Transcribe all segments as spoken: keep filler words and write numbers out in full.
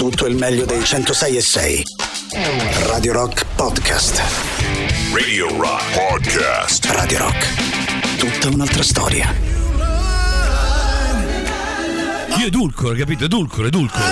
tutto il meglio dei centosei e sei. Radio Rock Podcast. Radio Rock Podcast. Radio Rock. Tutta un'altra storia. Io edulcoro, capito? Edulcoro, edulcoro.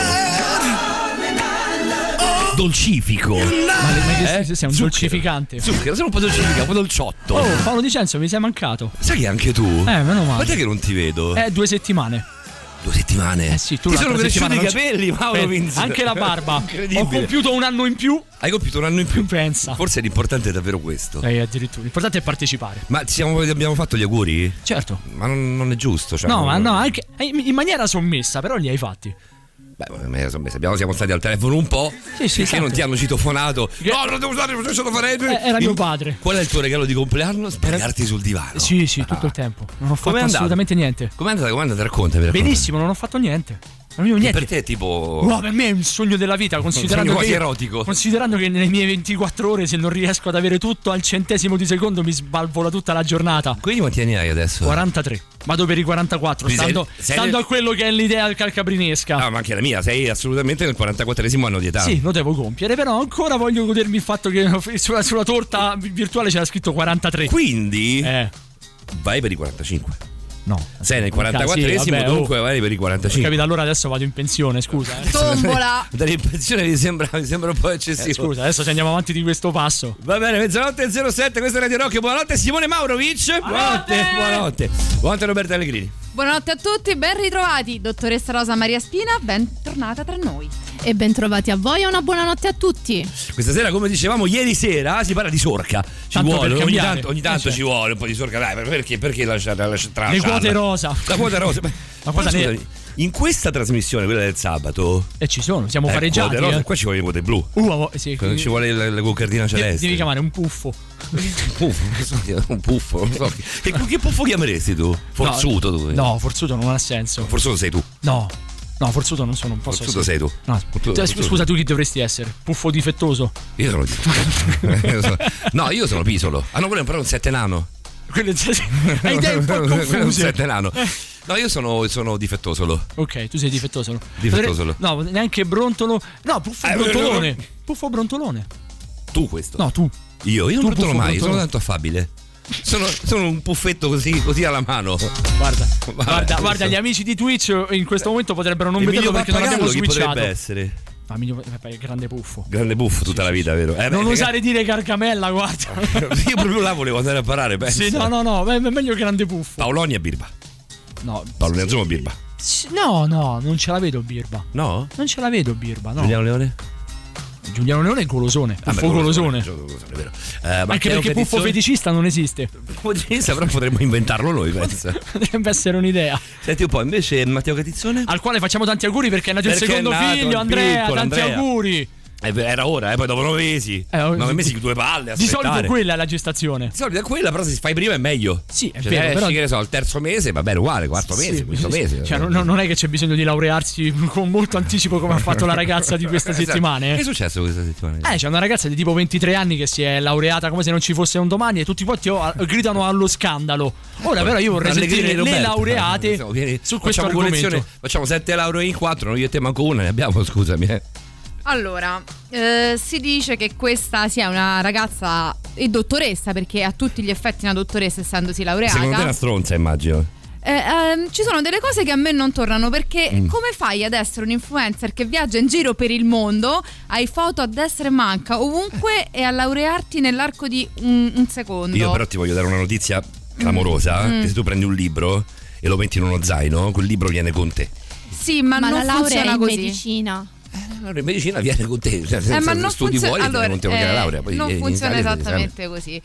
Dolcifico. Ma, ma Eh? che sei un Zucchero. dolcificante. Zucchero, sono un po' dolcificato, un po' dolciotto. Oh, Paolo Dicenzo, mi sei mancato. Sai che anche tu? Eh, meno male. Guarda che non ti vedo. Eh, due settimane. Due settimane. Eh sì, tu ti l'altra sono cresciuti settimana i non c- capelli, Mauro Eh, Vinzi. anche la barba. Incredibile. Ho compiuto un anno in più. Hai compiuto un anno in più. Pensa. Forse l'importante è davvero questo. Eh, addirittura. L'importante è partecipare. Ma ci siamo, abbiamo fatto gli auguri? Certo. Ma non, non è giusto. Cioè, No, non- ma no, anche in maniera sommessa, però li hai fatti. Beh, ma insomma, abbiamo, siamo stati al telefono un po'. Sì, sì, perché esatto. non ti hanno citofonato? Che- No, non devo stare, non ce lo farei. Eh, era mio padre. Qual è il tuo regalo di compleanno? Sbagliarti sul divano. Sì, sì, tutto il tempo. Non ho fatto Com'è andato? assolutamente niente. Com'è andata? Com'è andata? Raccontami. Benissimo, non ho fatto niente. Non avevo Che niente. per te è tipo. No, per me è un sogno della vita, considerando quasi che, erotico. considerando che nelle mie ventiquattro ore, se non riesco ad avere tutto al centesimo di secondo, mi sbalvola tutta la giornata. Quindi quanti anni hai adesso? quarantatré. Vado per i quarantaquattro, Quindi sei- stando, sei stando nel- a quello che è l'idea calcabrinesca. Ah, ma anche la mia, sei assolutamente nel quarantaquattresimo anno di età. Sì, lo devo compiere, però ancora voglio godermi il fatto che sulla, sulla torta virtuale c'era scritto quarantatré. Quindi Eh, vai per i quarantacinque. no. Sei nel quarantaquattresimo, Sì, vabbè, dunque oh. vai per i quarantacinque. Capito, allora adesso vado in pensione, scusa. Eh. Tombola. Dare in pensione mi sembra, mi sembra un po' eccessivo. Eh, scusa, adesso se andiamo avanti di questo passo. Va bene, mezzanotte e zero sette, questa è Radio Rock. Buonanotte Simone Maurovic. Buonanotte, buonanotte. Buonanotte Roberta Allegrini. Buonanotte a tutti, ben ritrovati. Dottoressa Rosa Maria Spina, bentornata tra noi. E ben trovati a voi e una buonanotte a tutti. Questa sera, come dicevamo ieri sera, si parla di sorca. Ci Tanto vuole, per ogni cambiare. tanto, ogni tanto Eh, ci vuole un po' di sorca. Dai, perché, perché lasciare lasciare Le quote rosa. La quota rosa. Beh, La quota però nera. scusami, in questa trasmissione, quella del sabato, E ci sono, siamo eh, pareggiati. quote rosa, eh. qua ci vuole le quote blu. Uh, avo- sì, Ci vuole la, la cucardina devi, celeste. devi chiamare un puffo. Un puffo, non so chi è, un puffo. Non so chi- che, che puffo chiameresti tu? Forzuto tu? No, forzuto non ha senso. Forzuto sei tu. No. No, forzuto non sono, non posso Forzuto essere. sei tu. No, Forzuto- cioè, forzuto. scusa, tu chi dovresti essere? Puffo difettoso? Io sono io sono- No, io sono pisolo. Ah no, quello è però un sette nano. Quello hai idee un po' un confuse. sette nano. No, io sono, sono difettosolo. Ok, tu sei difettosolo. Difettosolo. No, neanche brontolo. No, puffo Eh, brontolone. Puffo brontolone. Tu questo. No, tu. Io, io Tu non brontolo puffo mai, brontolone. sono tanto affabile. Sono, sono un puffetto così, così alla mano. Guarda, Vabbè, guarda, questo- guarda, gli amici di Twitch in questo momento potrebbero non Emilio vederlo perché non abbiamo Pappagallo chi switchato. potrebbe essere? Ma Emilio- eh, grande puffo. Grande buffo tutta la vita, vero? Eh, Non beh, osare dire Gargamella, guarda. Io proprio là volevo andare a parare, penso. Sì, no, no, no, è è meglio grande puffo. Paoloni e Birba. No, Paoloni Azzumo e Birba. no, no, non ce la vedo Birba. No? Non ce la vedo Birba, no. Giuliano Leone? Giuliano Leone è golosone. Ah, Puffo beh, golosone. golosone, è vero. Eh, Anche Matteo perché puffo Catizzone? feticista non esiste. Feticista, però potremmo inventarlo noi, penso. Potrebbe essere un'idea. Senti un po', invece Matteo Catizzone? Al quale facciamo tanti auguri perché è nato Perché il secondo è nato figlio, il Andrea. piccolo Tanti Andrea. auguri. Eh, Era ora, eh, poi dopo nove mesi. Eh, oh, nove mesi, due palle. Di solito aspettare. quella è la gestazione. Di solito è quella, però se fai prima è meglio. Sì, è Cioè, vero, se però- esci, che ne so, il terzo mese va bene uguale, quarto Sì, mese, quinto sì, mese. Cioè, non, non è che c'è bisogno di laurearsi con molto anticipo come ha fatto la ragazza di questa Esatto. settimana. Che è Eh. successo questa settimana? Eh, c'è una ragazza di tipo ventitré anni che si è laureata come se non ci fosse un domani e tutti quanti oh, gridano allo scandalo. Ora però io vorrei Allegrini sentire e le Roberta. laureate Insomma, vieni- su questo facciamo argomento. collezione, facciamo sette lauree in quattro, noi io e te manco una ne abbiamo, scusami. Eh. Allora, eh, si dice che questa sia una ragazza e dottoressa, perché a tutti gli effetti una dottoressa essendosi laureata. Secondo te è una stronza, immagino. Eh, ehm, ci sono delle cose che a me non tornano, perché Mm. come fai ad essere un influencer che viaggia in giro per il mondo, hai foto a destra e manca ovunque e a laurearti nell'arco di un, un secondo? Io però ti voglio dare una notizia clamorosa, Mm. che se tu prendi un libro e lo metti in uno zaino, quel libro viene con te. Sì, ma, Ma non la laurea funziona in così. medicina. Allora in medicina viene con te, cioè, Eh, senza ma non studi funziona, fuori allora, non ti vuoi eh, la laurea, poi non in funziona Italia ti esattamente così.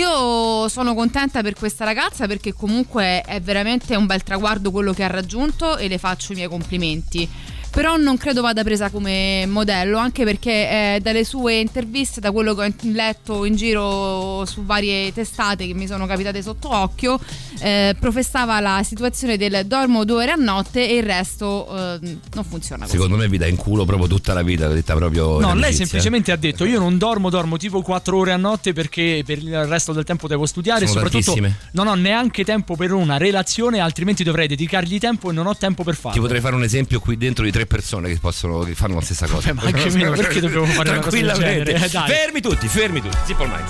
Io sono contenta per questa ragazza perché comunque è veramente un bel traguardo quello che ha raggiunto e le faccio i miei complimenti. Però non credo vada presa come modello, anche perché eh, dalle sue interviste, da quello che ho letto in giro su varie testate che mi sono capitate sotto occhio, eh, professava la situazione del dormo due ore a notte e il resto eh, non funziona così. Secondo me vi dà in culo proprio tutta la vita, l'ho detta proprio. No, in lei amicizia. semplicemente ha detto: io non dormo, dormo tipo quattro ore a notte perché per il resto del tempo devo studiare. Sono e soprattutto tantissime. non ho neanche tempo per una relazione, altrimenti dovrei dedicargli tempo e non ho tempo per farlo. Ti potrei fare un esempio qui dentro di tre tre persone che possono che fanno la stessa cosa. Vabbè, ma anche meno, perché dobbiamo fare una cosa del tranquillamente. genere? Eh, dai. Fermi tutti, fermi tutti. Simple Minds.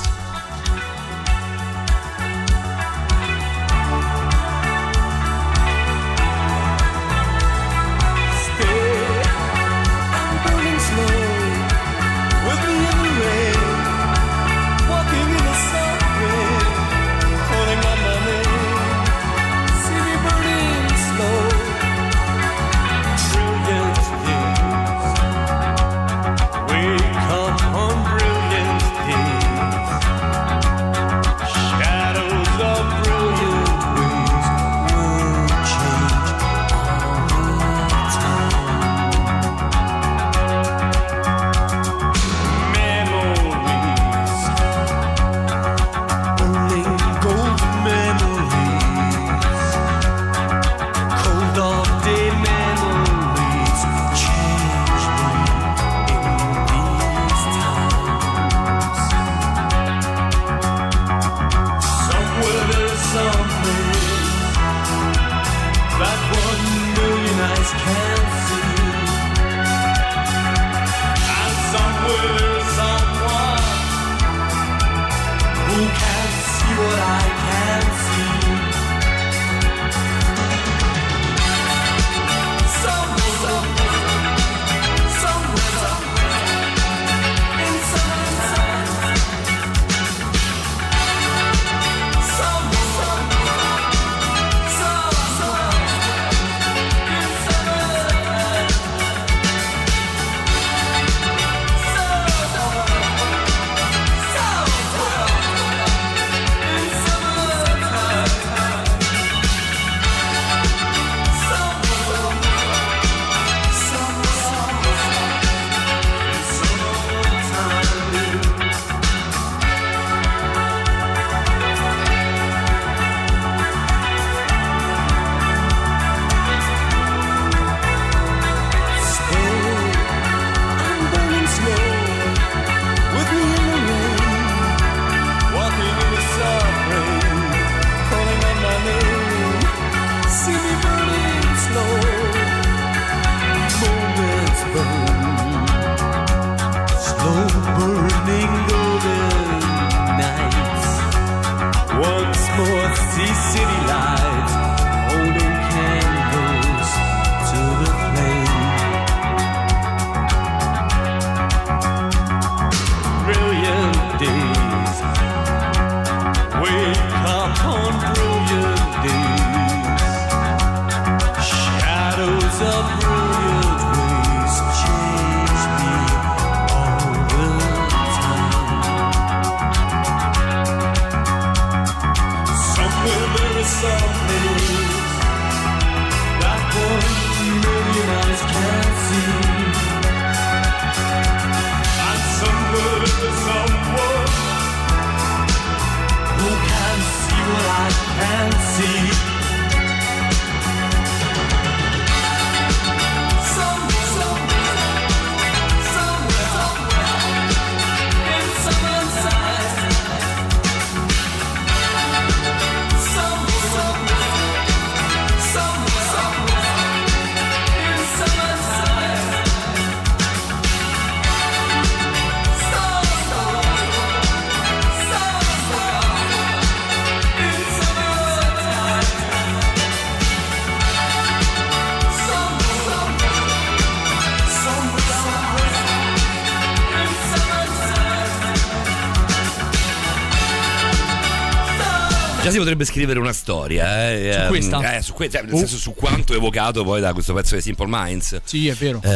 Già si potrebbe scrivere una storia eh, su questa? Eh, su, que- cioè, nel uh. senso, su quanto evocato poi da questo pezzo di Simple Minds. Sì, è vero.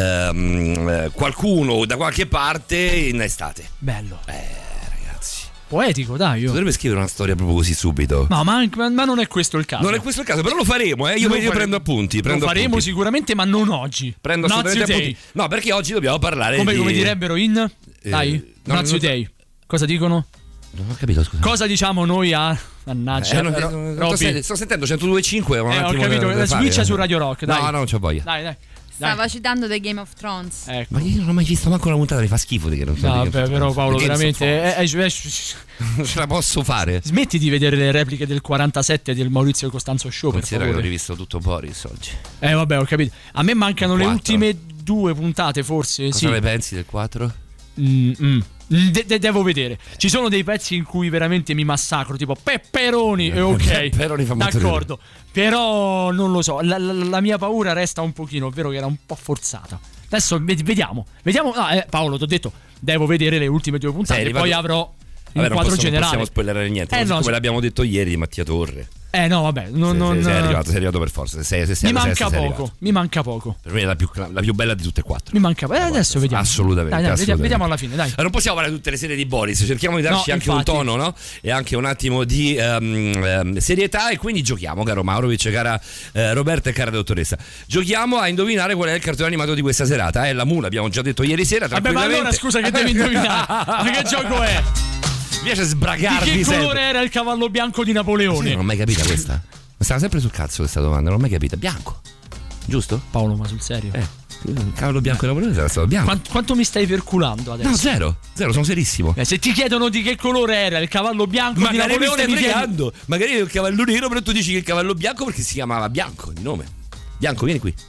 Eh, qualcuno da qualche parte in estate. Bello. Eh, ragazzi. Poetico, dai. Io. Potrebbe scrivere una storia proprio così subito. No, ma, ma non è questo il caso. Non è questo il caso, però lo faremo. Eh. Io, io fare... prendo appunti. Prendo lo faremo appunti. Sicuramente, ma non oggi. Prendo Not assolutamente today. appunti. No, perché oggi dobbiamo parlare come, di. Come direbbero in. Eh, dai, no, Not today. So. Cosa dicono? Non ho capito, scusa. Cosa diciamo noi a. Mannaggia, eh, non, ro- non, non sto, sto sentendo centodue e cinque. Eh, ho capito, switcha su Radio Rock. Dai. No, no, non c'ho voglia. Dai, dai. Stava dai. citando The Game of Thrones. Ecco. Ma io non ho mai visto manco una puntata, mi fa schifo di che non so. No, vabbè, però Paolo, veramente. Eh, eh, non ce la posso fare. Smetti di vedere le repliche del quarantasette del Maurizio Costanzo Show. Considera per che ho rivisto tutto Boris oggi. Eh, vabbè, ho capito. A me mancano le ultime due puntate forse. Cosa sì. ne pensi del quattro? Mm, mm. De- de- devo vedere. Ci sono dei pezzi in cui veramente mi massacro, tipo pepperoni. E ok, Pepperoni fa molto d'accordo. Però non lo so. La, la, la mia paura resta un pochino, ovvero che era un po' forzata. Adesso ved- vediamo. Vediamo. No, eh, Paolo, ti ho detto, devo vedere le ultime due puntate. Sì, e poi vado... avrò Vabbè, un quadro possiamo, generale. Non possiamo spoilerare niente. Eh, Così no, come so- l'abbiamo detto ieri di Mattia Torre. Eh no, vabbè, non, sei, non, sei, sei arrivato, sei arrivato per forza. Sei, sei, sei, mi sei, manca sei poco. arrivato. Mi manca poco. Per me è la più, la più bella di tutte e quattro. Mi manca poco. Eh, adesso vediamo. Assolutamente, Dai, dai, assolutamente. vediamo alla fine, dai. Allora, non possiamo fare tutte le serie di Boris, cerchiamo di darci No, anche infatti. un tono, no? E anche un attimo di um, um, serietà. E quindi giochiamo, caro Maurovic, cara eh, Roberta e cara dottoressa. Giochiamo a indovinare qual è il cartone animato di questa serata. È la Mula, abbiamo già detto ieri sera. Vabbè, ma allora scusa che devi indovinare. Ma che gioco è? Mi piace sbragarvi Di che colore sempre. era il cavallo bianco di Napoleone? Sì, non ho mai capita questa. Mi stava sempre sul cazzo questa domanda, non ho mai capita. Bianco, giusto? Paolo, ma sul serio? Eh, il cavallo bianco di Napoleone sarà stato bianco. Quanto, quanto mi stai perculando adesso? No, zero, zero, sono serissimo. Eh, se ti chiedono di che colore era il cavallo bianco Magari di mi Napoleone, stai mi chiedi... fregando. Magari è il cavallo nero, però tu dici che il cavallo bianco perché si chiamava Bianco di nome. Bianco, vieni qui.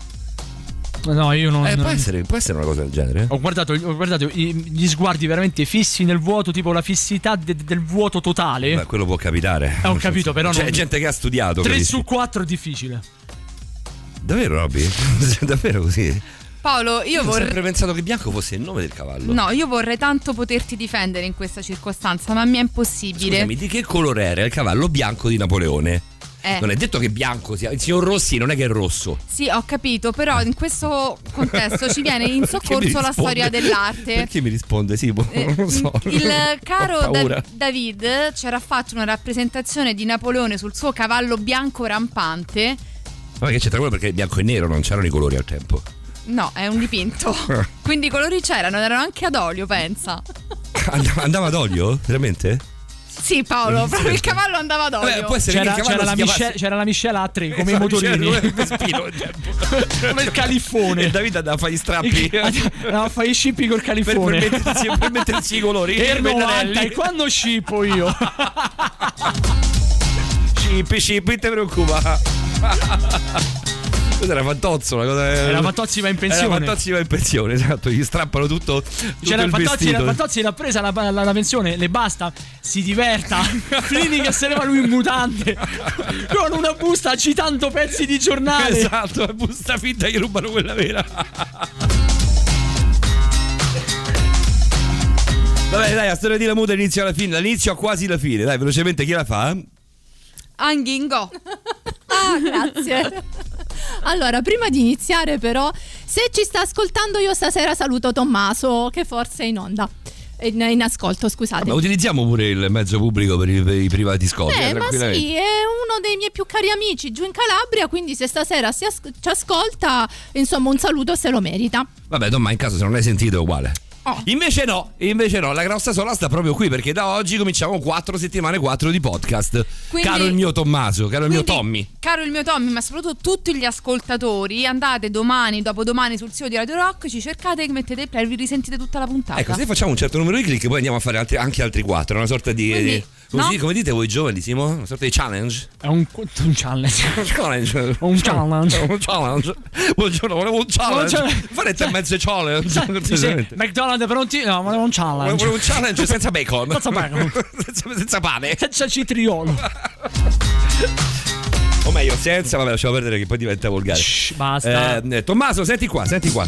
No, io non... Eh, non- può essere, può essere una cosa del genere. Ho guardato, ho guardato i- gli sguardi veramente fissi nel vuoto, tipo la fissità de- del vuoto totale. Beh, quello può capitare. Eh, ho capito, però C'è non- gente che ha studiato. tre capisci? su quattro è difficile. Davvero, Robby? Davvero così? Paolo, io Ho vorrei. sempre pensato che bianco fosse il nome del cavallo. No, io vorrei tanto poterti difendere in questa circostanza, ma mi è impossibile. Scusami, di che colore era il cavallo bianco di Napoleone? Eh. Non è detto che bianco sia. Il signor Rossi non è che è rosso. Sì, ho capito, però in questo contesto ci viene in Perché mi soccorso la risponde? storia dell'arte. Perché mi risponde? Sì, boh, Eh, non lo so. Il Ho caro paura. Da- David c'era fatto una rappresentazione di Napoleone sul suo cavallo bianco rampante. Ma che c'entra quello perché bianco e nero non c'erano i colori al tempo. No, è un dipinto. Quindi i colori c'erano, erano anche ad olio, pensa. Andava, andava ad olio? Veramente? Sì, Paolo, proprio il cavallo andava ad olio. Vabbè, può essere C'era, che il cavallo c'era, la si chiamasse- miscela, c'era la miscela a tre, come i Esatto, motorini. c'era come il Vespino al tempo. Come il califfone. E Davide andava a fare gli strappi No, a fare i scippi col per, califfone. per, mettersi, per mettersi i colori. E i il novanta, pennarelli. e quando scippo io? Scippi, scippi, non ti preoccupa. Questo era Fantozzo, una cosa. Era Fantozzi va in pensione. Era Fantozzi va in pensione, esatto. Gli strappano tutto, tutto C'era il il Fantozzi, vestito. il Fantozzi l'ha presa la, la, la pensione, le basta, si diverta. Flini che se ne va lui in mutande con una busta agitando pezzi di giornale. Esatto, busta finta che rubano quella vera. Vabbè, dai, la storia di la muta inizia alla fine, dall'inizio a quasi la fine. Dai, velocemente chi la fa? Anghingo. Ah, grazie. Allora, prima di iniziare però, se ci sta ascoltando io stasera saluto Tommaso, che forse è in onda. In, in ascolto, scusate. Ma utilizziamo pure il mezzo pubblico per i, per i privati scopri. Eh, eh, ma tranquillamente. sì, è uno dei miei più cari amici giù in Calabria, quindi se stasera si as- ci ascolta, insomma, un saluto se lo merita. Vabbè, no, ma in caso se non l'hai sentito è uguale. Oh. Invece no, invece no, la grossa sola sta proprio qui perché da oggi cominciamo quattro settimane quattro di podcast. Quindi- caro il mio Tommaso, caro il mio Quindi, Tommy. Caro il mio Tommy, ma soprattutto tutti gli ascoltatori, andate domani, dopodomani sul sito di Radio Rock, ci cercate, mettete il play e vi risentite tutta la puntata. Ecco, se facciamo un certo numero di click poi andiamo a fare altri- anche altri quattro, una sorta di... Quindi, di- come, no? si- come dite voi giovani, Simo? Una sorta di challenge. È un, un challenge. Un challenge. Un challenge. Un challenge. Buongiorno, volevo un challenge. Un challenge. Farete mezzo challenge. Sì, sì, cortesemente. McDonald's pronti? No, ma è un challenge. Volevo un challenge senza bacon. Senza bacon. senza, senza pane. Senza citriolo. O meglio, senza, vabbè, lasciamo perdere che poi diventa volgare. Shh, basta. Eh, Tommaso, senti qua, senti qua.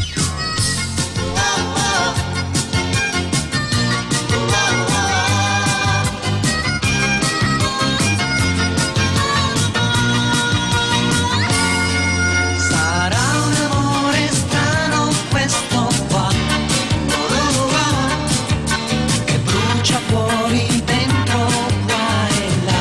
Sarà un amore strano questo qua, che brucia fuori dentro qua e là.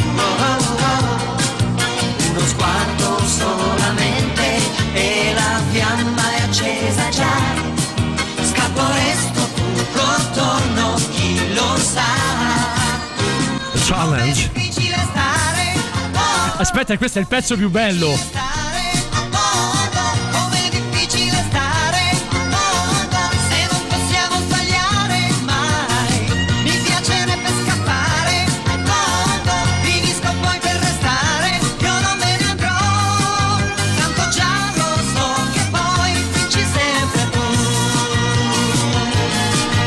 Uno sguardo solamente e la fiamma è accesa già. Scappo, resto, fuggo, torno, chi lo sa. Challenge. È difficile stare, oh, Aspetta, questo è il pezzo più bello. stare, oh, oh, come è difficile stare, oh, oh, se non possiamo sbagliare mai. Mi piacerebbe scappare, oh, oh, finisco poi per restare. Io non me ne andrò, tanto già lo so che poi qui ci sei.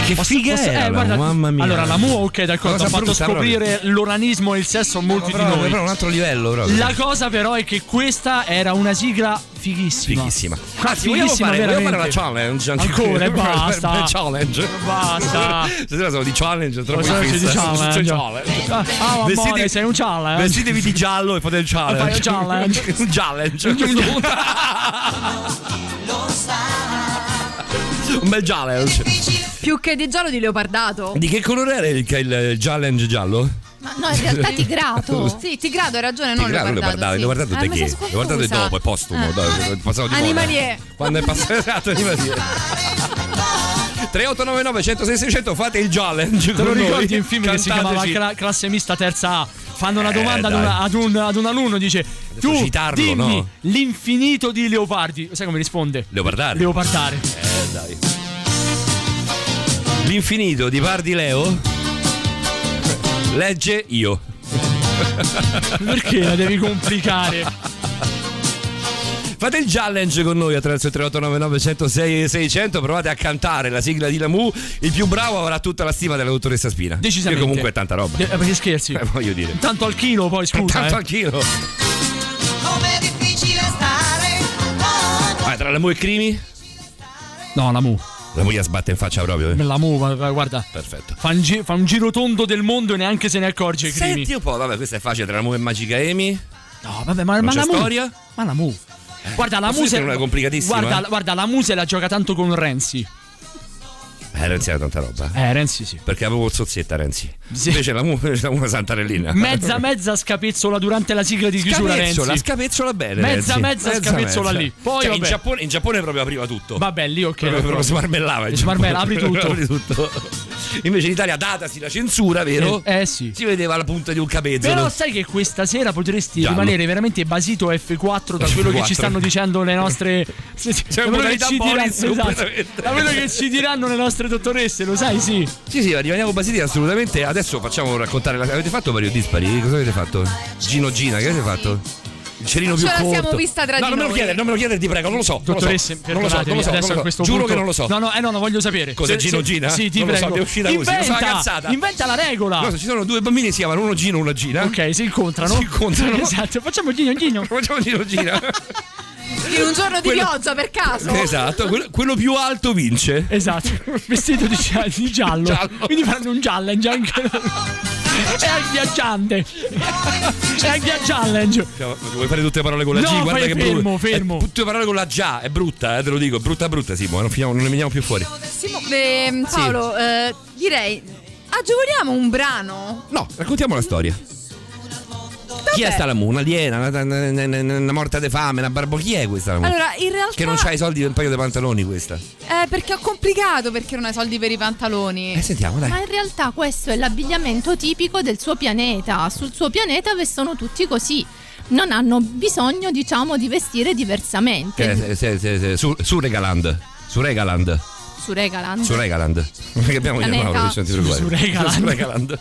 Che Posso- figa posso- era eh, la guarda, Mu, mamma mia. Allora, la Mu, ok, d'accordo, Cosa ha fatto brutta, scoprire proprio. l'onanismo e il sesso a molti Però, di noi. però un altro livello proprio. La cosa però è che questa era una sigla fighissima. Fighissima. Qua Anzi, vogliamo fighissima fare, vogliamo fare la veramente. challenge anche Ancora, qui. e basta. La challenge. Basta. Stasera siamo di challenge, troppo Cosa fissa. di challenge? Challenge. Ah, ah, amore, Vestiti- sei un challenge. Vestitevi di giallo e fate il challenge. Fai un challenge. Un challenge. a questo punto. Un bel challenge. Più che di giallo, di leopardato. Di che colore era il, il, il challenge giallo? Ma no, in realtà tigrato. Sì, Tigrado, hai ragione, non Tigrado, leopardato. leopardato, sì. leopardato Eh, da mi che? sono Leopardato è confusa. dopo, è postumo, Eh. dai, è passato di moda. Animalier. Quando è passato esatto, Animalier. tre otto nove nove uno zero sei sei zero zero, fate il challenge. Te lo con noi. ricordi un film che si chiamava Cantateci. Cla- Classe Mista Terza A? Fanno una Eh, domanda ad, dai. una- ad un, ad un alunno, dice: tu citarlo, dimmi no? l'infinito di leopardi. Sai come risponde? Leopardare. Leopardare. Eh, dai. L'infinito di Pardi Leo legge io. Perché la devi complicare? Fate il challenge con noi attraverso il tre otto nove nove uno zero sei sei zero zero. Provate a cantare la sigla di Lamu. Il più bravo avrà tutta la stima della dottoressa Spina. Decisamente. Che comunque è tanta roba. Eh, perché scherzi? Eh, voglio dire. Tanto al chilo poi, scusa. Tanto eh. anch'io. Com'è difficile stare. Oh, Ah, tra Lamu e Crimi? No, la Mu. La moglie sbatte in faccia proprio. eh. La Mu, guarda, guarda. Perfetto. Fa un, gi- fa un giro tondo del mondo e neanche se ne accorge. Crimi. Senti un po', vabbè, questa è facile tra Lamu e Magica Amy. No, vabbè, ma, Non ma c'è la Mu. storia? Ma la Mu. Guarda, la posso Mu. dire se- una complicatissima? Guarda, guarda, la Mu se la gioca tanto con Renzi. Eh, Renzi era tanta roba. Eh, Renzi sì. Perché avevo il sozzetta Renzi. Sì. Invece la Mu c'era una santarellina. Mezza mezza scapezzola durante la sigla di chiusura Scapezzola, Renzi. scapezzola bene. Mezza, Renzi. mezza scapezzola lì. Poi, Cioè, in, vabbè. Giappone, in Giappone proprio apriva tutto. Vabbè, lì ok. Proprio, proprio smarmellava. in Smarmella, Giappone. apri tutto. Apri tutto. Invece in Italia, datasi la censura, vero? Eh, eh, sì. Si vedeva la punta di un capezzolo. Però sai che questa sera potresti Giallo. rimanere veramente basito F quattro da quello F quattro. che ci stanno dicendo le nostre. C'è da quello che modalità ci diranno, bonus esatto. completamente. Da quello che ci diranno le nostre dottoresse, lo sai, sì. Sì, sì, rimaniamo basiti assolutamente. Adesso facciamo raccontare la... Avete fatto Mario Dispari? Cosa avete fatto? Gino Gina, che avete fatto? Il cerino più Ce la corto. siamo vista tra no, di non me lo noi. chiedere, non me lo chiedere, ti prego, non lo so. Non lo so, Dottoresse, non lo so, non lo so, adesso non lo a so. questo Giuro punto- che non lo so. No, no, eh no, no, voglio sapere. Cos'è, Se- Gino se- Gina? Sì, ti Non lo so, prego. mi è uscita così, inventa, lo so, una cazzata. inventa la regola. No, se ci sono due bambini si chiamano uno Gino e una Gina. Ok, si incontrano. Si incontrano. Esatto, facciamo Gino Gino. Facciamo Gino Gina. In un giorno di Quello- pioggia, per caso. Esatto, quello, quello più alto vince. Esatto, vestito di, gia- di giallo. Giallo. Quindi fanno un challenge anche. È il viaggiante. È il via challenge. Cioè, vuoi fare tutte le parole con la No, G? Guarda fai che fermo, brutto. fermo. Eh, tutte le parole con la già, è brutta, eh, te lo dico, è brutta brutta, Simo, non, finiamo, non ne veniamo più fuori. Simo- eh, Paolo, eh, direi agevoliamo un brano. No, raccontiamo la storia. Chi è sta la Mu? Un'aliena, una, una, una, una morta di fame, una barbo. Chi è questa la Mu? Allora, in realtà Che non c'ha i soldi per un paio di pantaloni questa. eh, perché è complicato, perché non hai soldi per i pantaloni. Eh, sentiamo, dai. Ma in realtà questo è l'abbigliamento tipico del suo pianeta. Sul suo pianeta vestono tutti così. Non hanno bisogno, diciamo, di vestire diversamente. Che, se, se, se, se, su, su Regaland. Su Regaland. Su Regaland. Su Regaland. Che abbiamo Pianeta. Mauro, non ti preoccupare. Su Regaland. Su Regaland.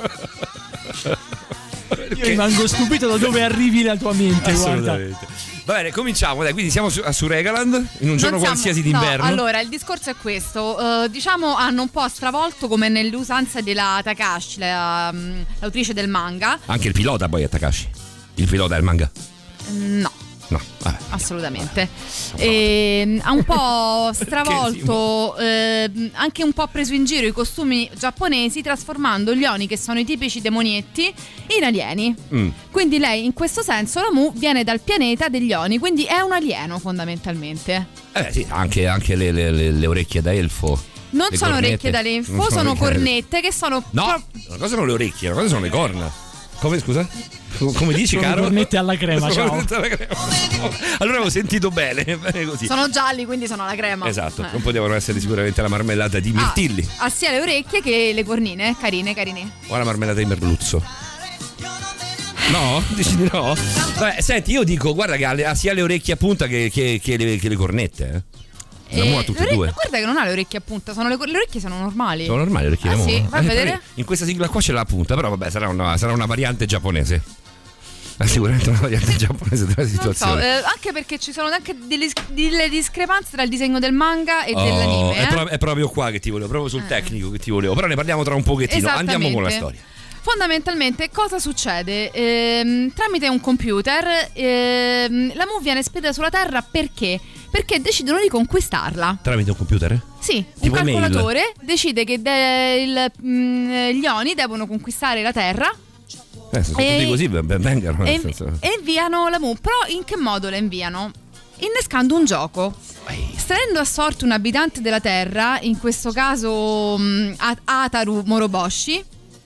Io rimango stupito da dove arrivi la tua mente, guarda. Assolutamente. Va bene, cominciamo, dai, quindi siamo su, a su Regaland in un giorno Non siamo- qualsiasi no, d'inverno. allora, il discorso è questo. eh, diciamo, hanno un po' stravolto, come nelle usanze della Takashi, la, mm, l'autrice del manga. Anche il pilota poi è Takashi. Il pilota è il manga. No. No, vabbè. Assolutamente. E, ha un po' stravolto, eh, anche un po' preso in giro i costumi giapponesi, trasformando gli oni, che sono i tipici demonietti, in alieni. Mm. Quindi lei, in questo senso, la Mu viene dal pianeta degli oni, quindi è un alieno fondamentalmente. Eh sì, anche, anche le, le- le- le orecchie da elfo. Non Le sono cornette. orecchie da lenfo, Non sono orecchie da- cornette che sono No, pro- una cosa sono le orecchie, una cosa sono le corna. Come, scusa? Come dici, Sono caro? cornette alla crema, Sono ciao. cornette alla crema. Allora avevo sentito bene, bene così. sono gialli, quindi sono la crema. Esatto, Eh. non potevano essere sicuramente la marmellata di mirtilli Ha, ha sia le orecchie che le cornine, carine, carine. o la marmellata di merluzzo. No? Dici di no? Vabbè, senti, io dico, guarda che ha, le- ha sia le orecchie a punta che, che- che le, che le cornette, eh. La Mu ha tutte le e ore- due. Guarda che non ha le orecchie a punta, sono le, le orecchie sono normali. Sono normali le orecchie Ah, di Mu? sì? Vai a Eh, vedere. poi in questa sigla qua c'è la punta, però vabbè, sarà una, sarà una variante giapponese. È sicuramente una variante giapponese della Non so, situazione. eh, anche perché ci sono anche delle, delle discrepanze tra il disegno del manga e Oh, dell'anime. è, eh? pro- è proprio qua che ti volevo, proprio sul tecnico che ti volevo. Però ne parliamo tra un pochettino. Andiamo con la storia. Fondamentalmente cosa succede? Ehm, tramite un computer ehm, la Mu viene spedita sulla Terra perché? Perché decidono di conquistarla. Tramite un computer? Sì, Tipo un email. calcolatore decide che de- il- mh, gli Oni devono conquistare la Terra Eh, se sono E- tutti così, ben ben vengano. e, nel senso. e inviano la Mu. Però in che modo la inviano? Innescando un gioco. Estraendo a sorte un abitante della Terra, in questo caso mh, A- Ataru Moroboshi,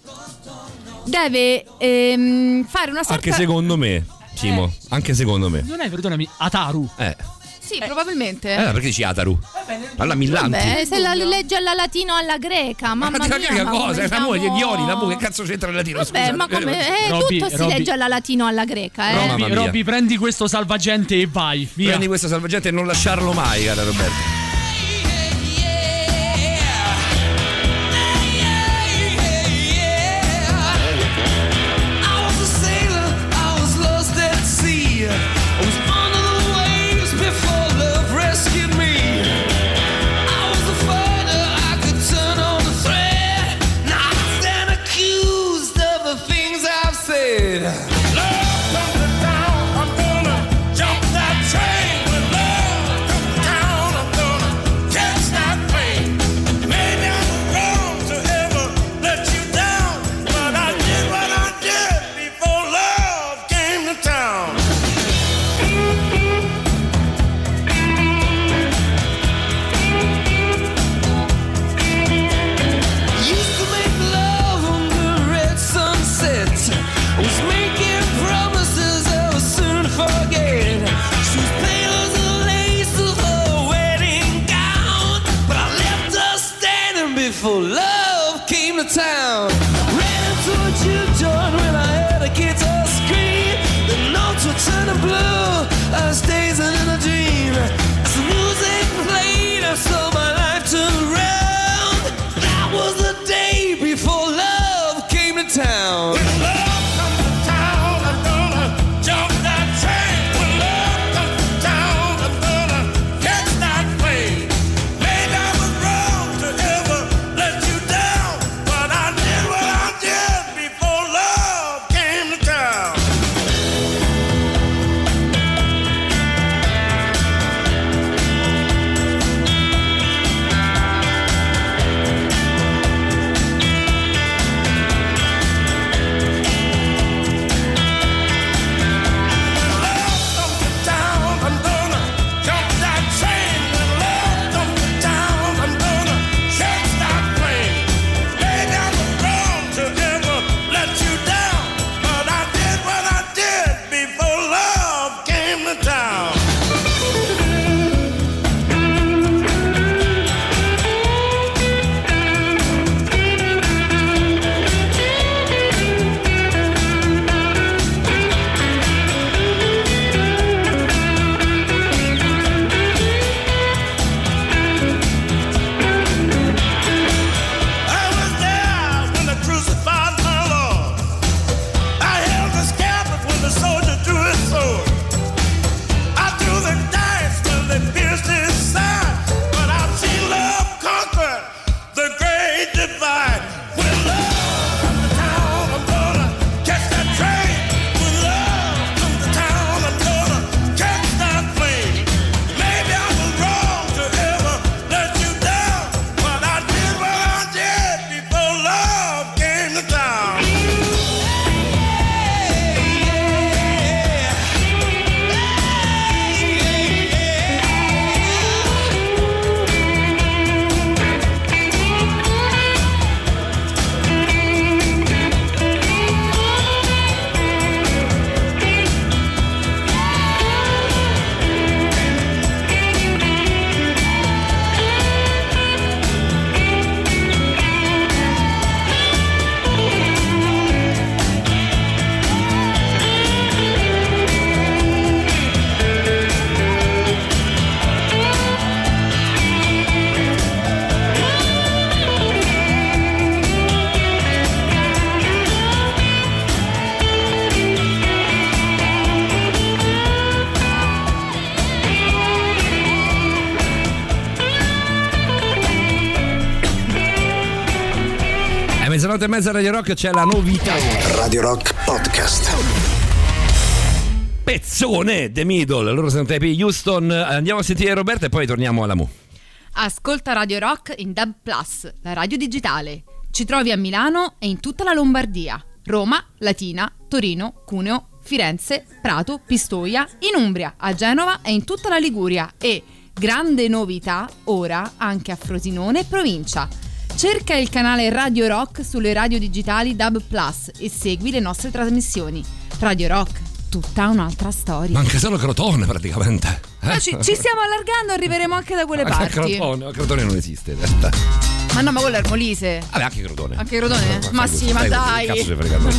deve ehm, fare una sorta... Anche secondo me, Simo, anche secondo me. Non è, perdonami, Ataru. Eh. Sì, probabilmente. Eh, perché dici Ataru? Alla Millanti. Beh, se la legge alla latino alla greca, mamma Ma mia. che ma cosa? come È la moglie di siamo- Oni, la mu che cazzo c'entra il latino? Vabbè, Scusa. ma come? Eh, Robby, tutto si Robby. legge alla latino alla greca, eh. Mamma Robby, mia. Robby, prendi questo salvagente e vai, via. Prendi questo salvagente e non lasciarlo mai, cara Roberta. For love came to town. Ran into a juke joint when I heard a guitar scream. The notes were turning blue. I was dazing in a dream. As the music played, I saw my life turn around. That was the day before love came to town. When love comes to town, I'm gonna jump that train. When love comes to town, I'm gonna catch that plane. Maybe I was wrong to ever let you down, but I did what I mezzanotte e mezza Radio Rock, c'è la novità. Radio Rock Podcast. Pezzone The Middle, loro sono Taipei Houston. Andiamo a sentire Roberta e poi torniamo alla Mu. Ascolta Radio Rock in D A B plus, la radio digitale. Ci trovi a Milano e in tutta la Lombardia, Roma, Latina, Torino, Cuneo, Firenze, Prato, Pistoia, in Umbria, a Genova e in tutta la Liguria e, grande novità, ora anche a Frosinone e provincia. Cerca il canale Radio Rock sulle radio digitali D A B plus e segui le nostre trasmissioni. Radio Rock, tutta un'altra storia. Manca solo Crotone praticamente. Eh? Ma ci, ci stiamo allargando, arriveremo anche da quelle Anche parti. Crotone, Crotone non esiste in realtà. Ma no, ma quello è il Molise. Vabbè, anche Crotone. Anche Crotone? Ma, Ma fai sì, così, ma fai così, dai. che cazzo ci frega a noi?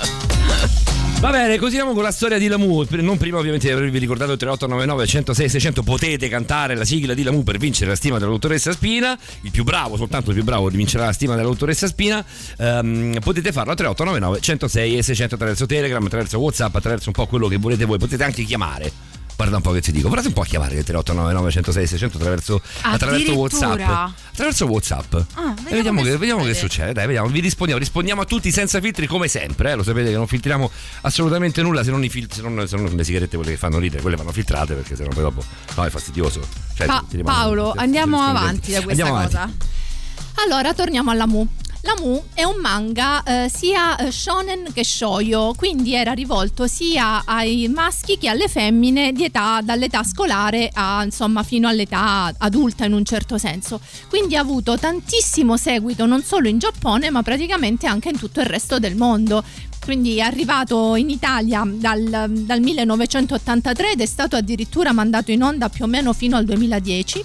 Va bene, continuiamo con la storia di Lamu. Non prima ovviamente di avervi ricordato il tre otto nove nove uno zero sei sei zero zero. Potete cantare la sigla di Lamu per vincere la stima della dottoressa Spina. Il più bravo, soltanto il più bravo vincerà la stima della dottoressa Spina. um, Potete farlo a tre otto nove nove uno zero sei sei zero zero attraverso Telegram, attraverso WhatsApp, attraverso un po' quello che volete voi. Potete anche chiamare. Guarda un po' che ti dico, provate un po' a chiamare il tre otto nove nove uno zero sei sei zero zero attraverso, attraverso WhatsApp. Attraverso WhatsApp. Ah, e vediamo, che, che vediamo che succede. succede. Dai, vediamo, vi rispondiamo. Rispondiamo a tutti senza filtri come sempre. Eh? Lo sapete che non filtriamo assolutamente nulla, se non, i fil- se, non, se non le sigarette, quelle che fanno ridere, quelle vanno filtrate perché sennò poi dopo no, è fastidioso. Cioè, Pa- ti rimangono- Paolo, ti- andiamo ti- ti- avanti da questa andiamo cosa. avanti. Allora, torniamo alla Mu. La Mu è un manga eh, sia eh, shonen che shoujo, quindi era rivolto sia ai maschi che alle femmine di età, dall'età scolare a insomma fino all'età adulta in un certo senso. Quindi ha avuto tantissimo seguito non solo in Giappone ma praticamente anche in tutto il resto del mondo. Quindi è arrivato in Italia dal, dal millenovecentottantatré ed è stato addirittura mandato in onda più o meno fino al duemiladieci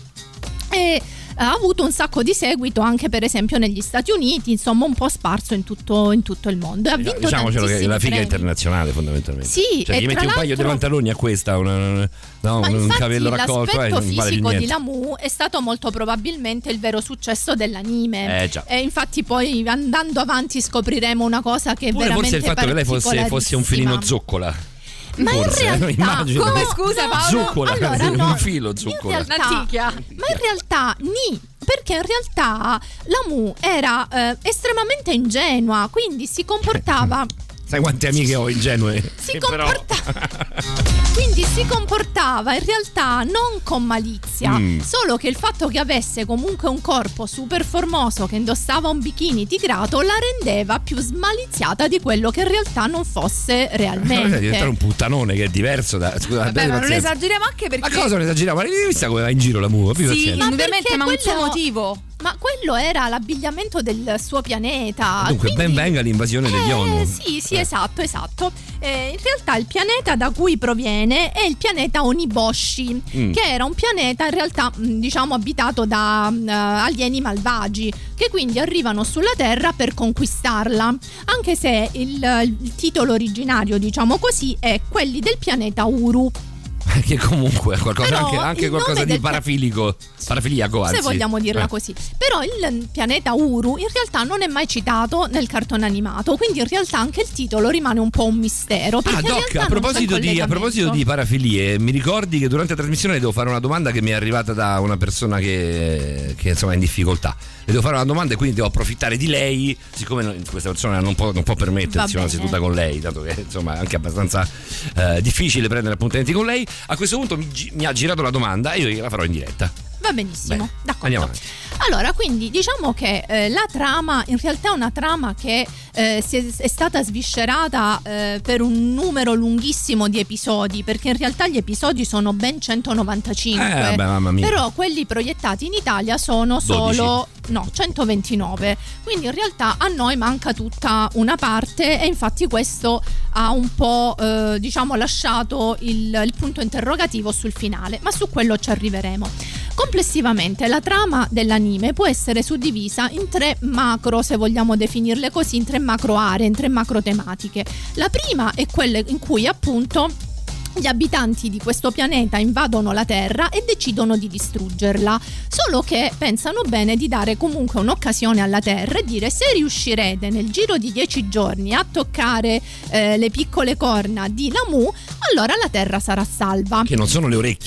e ha avuto un sacco di seguito anche per esempio negli Stati Uniti, insomma un po' sparso in tutto, in tutto il mondo e ha vinto Diciamocelo che tantissimi la figa premi. internazionale fondamentalmente. Sì, cioè e gli metti tra un paio di l'altro- pantaloni a questa, una, no, Ma un infatti capello raccolto, eh, l'aspetto non vale più fisico di niente. Lamu è stato molto probabilmente il vero successo dell'anime. Eh, già. E infatti poi andando avanti scopriremo una cosa che è Pure veramente forse il fatto che lei fosse, fosse un filino particolarissima. zoccola. Ma Forse, in realtà, immagino. Come, scusa, Paolo? Zuccola, Allora, un no, filo zuccola. In realtà, L'antichia. ma in realtà ni, perché in realtà Lamu era eh, estremamente ingenua, quindi si comportava Sai quante amiche ho ingenue? si Che però- comportava quindi si comportava in realtà non con malizia, Mm. solo che il fatto che avesse comunque un corpo super formoso, che indossava un bikini tigrato, la rendeva più smaliziata di quello che in realtà non fosse È realmente. diventare un puttanone che è diverso da. Scusa, Vabbè, abbiate ma non pazienza. esageriamo anche perché. Ma cosa non esageriamo? Ma hai visto come va in giro la mu? Abbi Sì, pazienza. indubbiamente, perché ma un suo quello- motivo. Ma quello era l'abbigliamento del suo pianeta. Dunque, quindi- ben venga l'invasione degli Eh, Onu. Sì, sì, Eh. esatto, esatto. Eh, in realtà il pianeta da cui proviene è il pianeta Oniboshi, Mm. che era un pianeta in realtà mh, diciamo abitato da uh, alieni malvagi, che quindi arrivano sulla Terra per conquistarla, anche se il, il titolo originario, diciamo così, è Quelli del pianeta Uru. Che comunque è qualcosa, Però anche, anche il qualcosa nome di del- parafilico, parafiliaco, anzi. Se vogliamo dirla Eh. così. Però il pianeta Uru in realtà non è mai citato nel cartone animato, quindi in realtà anche il titolo rimane un po' un mistero. Perché Ah, in Doc, realtà a non c'è proposito, di, a proposito di parafilie, mi ricordi che durante la trasmissione le devo fare una domanda che mi è arrivata da una persona che, che insomma è in difficoltà. Le devo fare una domanda e quindi devo approfittare di lei, siccome non- questa persona non può, non può permettersi Va una bene. seduta con lei, dato che insomma è anche abbastanza eh, difficile prendere appuntamenti con lei. A questo punto mi, gi- mi ha girato la domanda e io gliela farò in diretta. Va benissimo, Bene, d'accordo. andiamo avanti. Allora, quindi diciamo che eh, la trama in realtà è una trama che eh, si è, è stata sviscerata eh, per un numero lunghissimo di episodi, perché in realtà gli episodi sono ben centonovantacinque. Eh, vabbè, mamma mia. Però quelli proiettati in Italia sono solo no, centoventinove. Quindi in realtà a noi manca tutta una parte e infatti questo ha un po' eh, diciamo lasciato il, il punto interrogativo sul finale, ma su quello ci arriveremo. Complessivamente la trama dell'anime può essere suddivisa in tre macro, se vogliamo definirle così, in tre macro aree, in tre macro tematiche. La prima è quella in cui appunto gli abitanti di questo pianeta invadono la Terra e decidono di distruggerla, solo che pensano bene di dare comunque un'occasione alla Terra e dire: se riuscirete nel giro di dieci giorni a toccare eh, le piccole corna di Lamu, allora la Terra sarà salva. Che non sono le orecchie.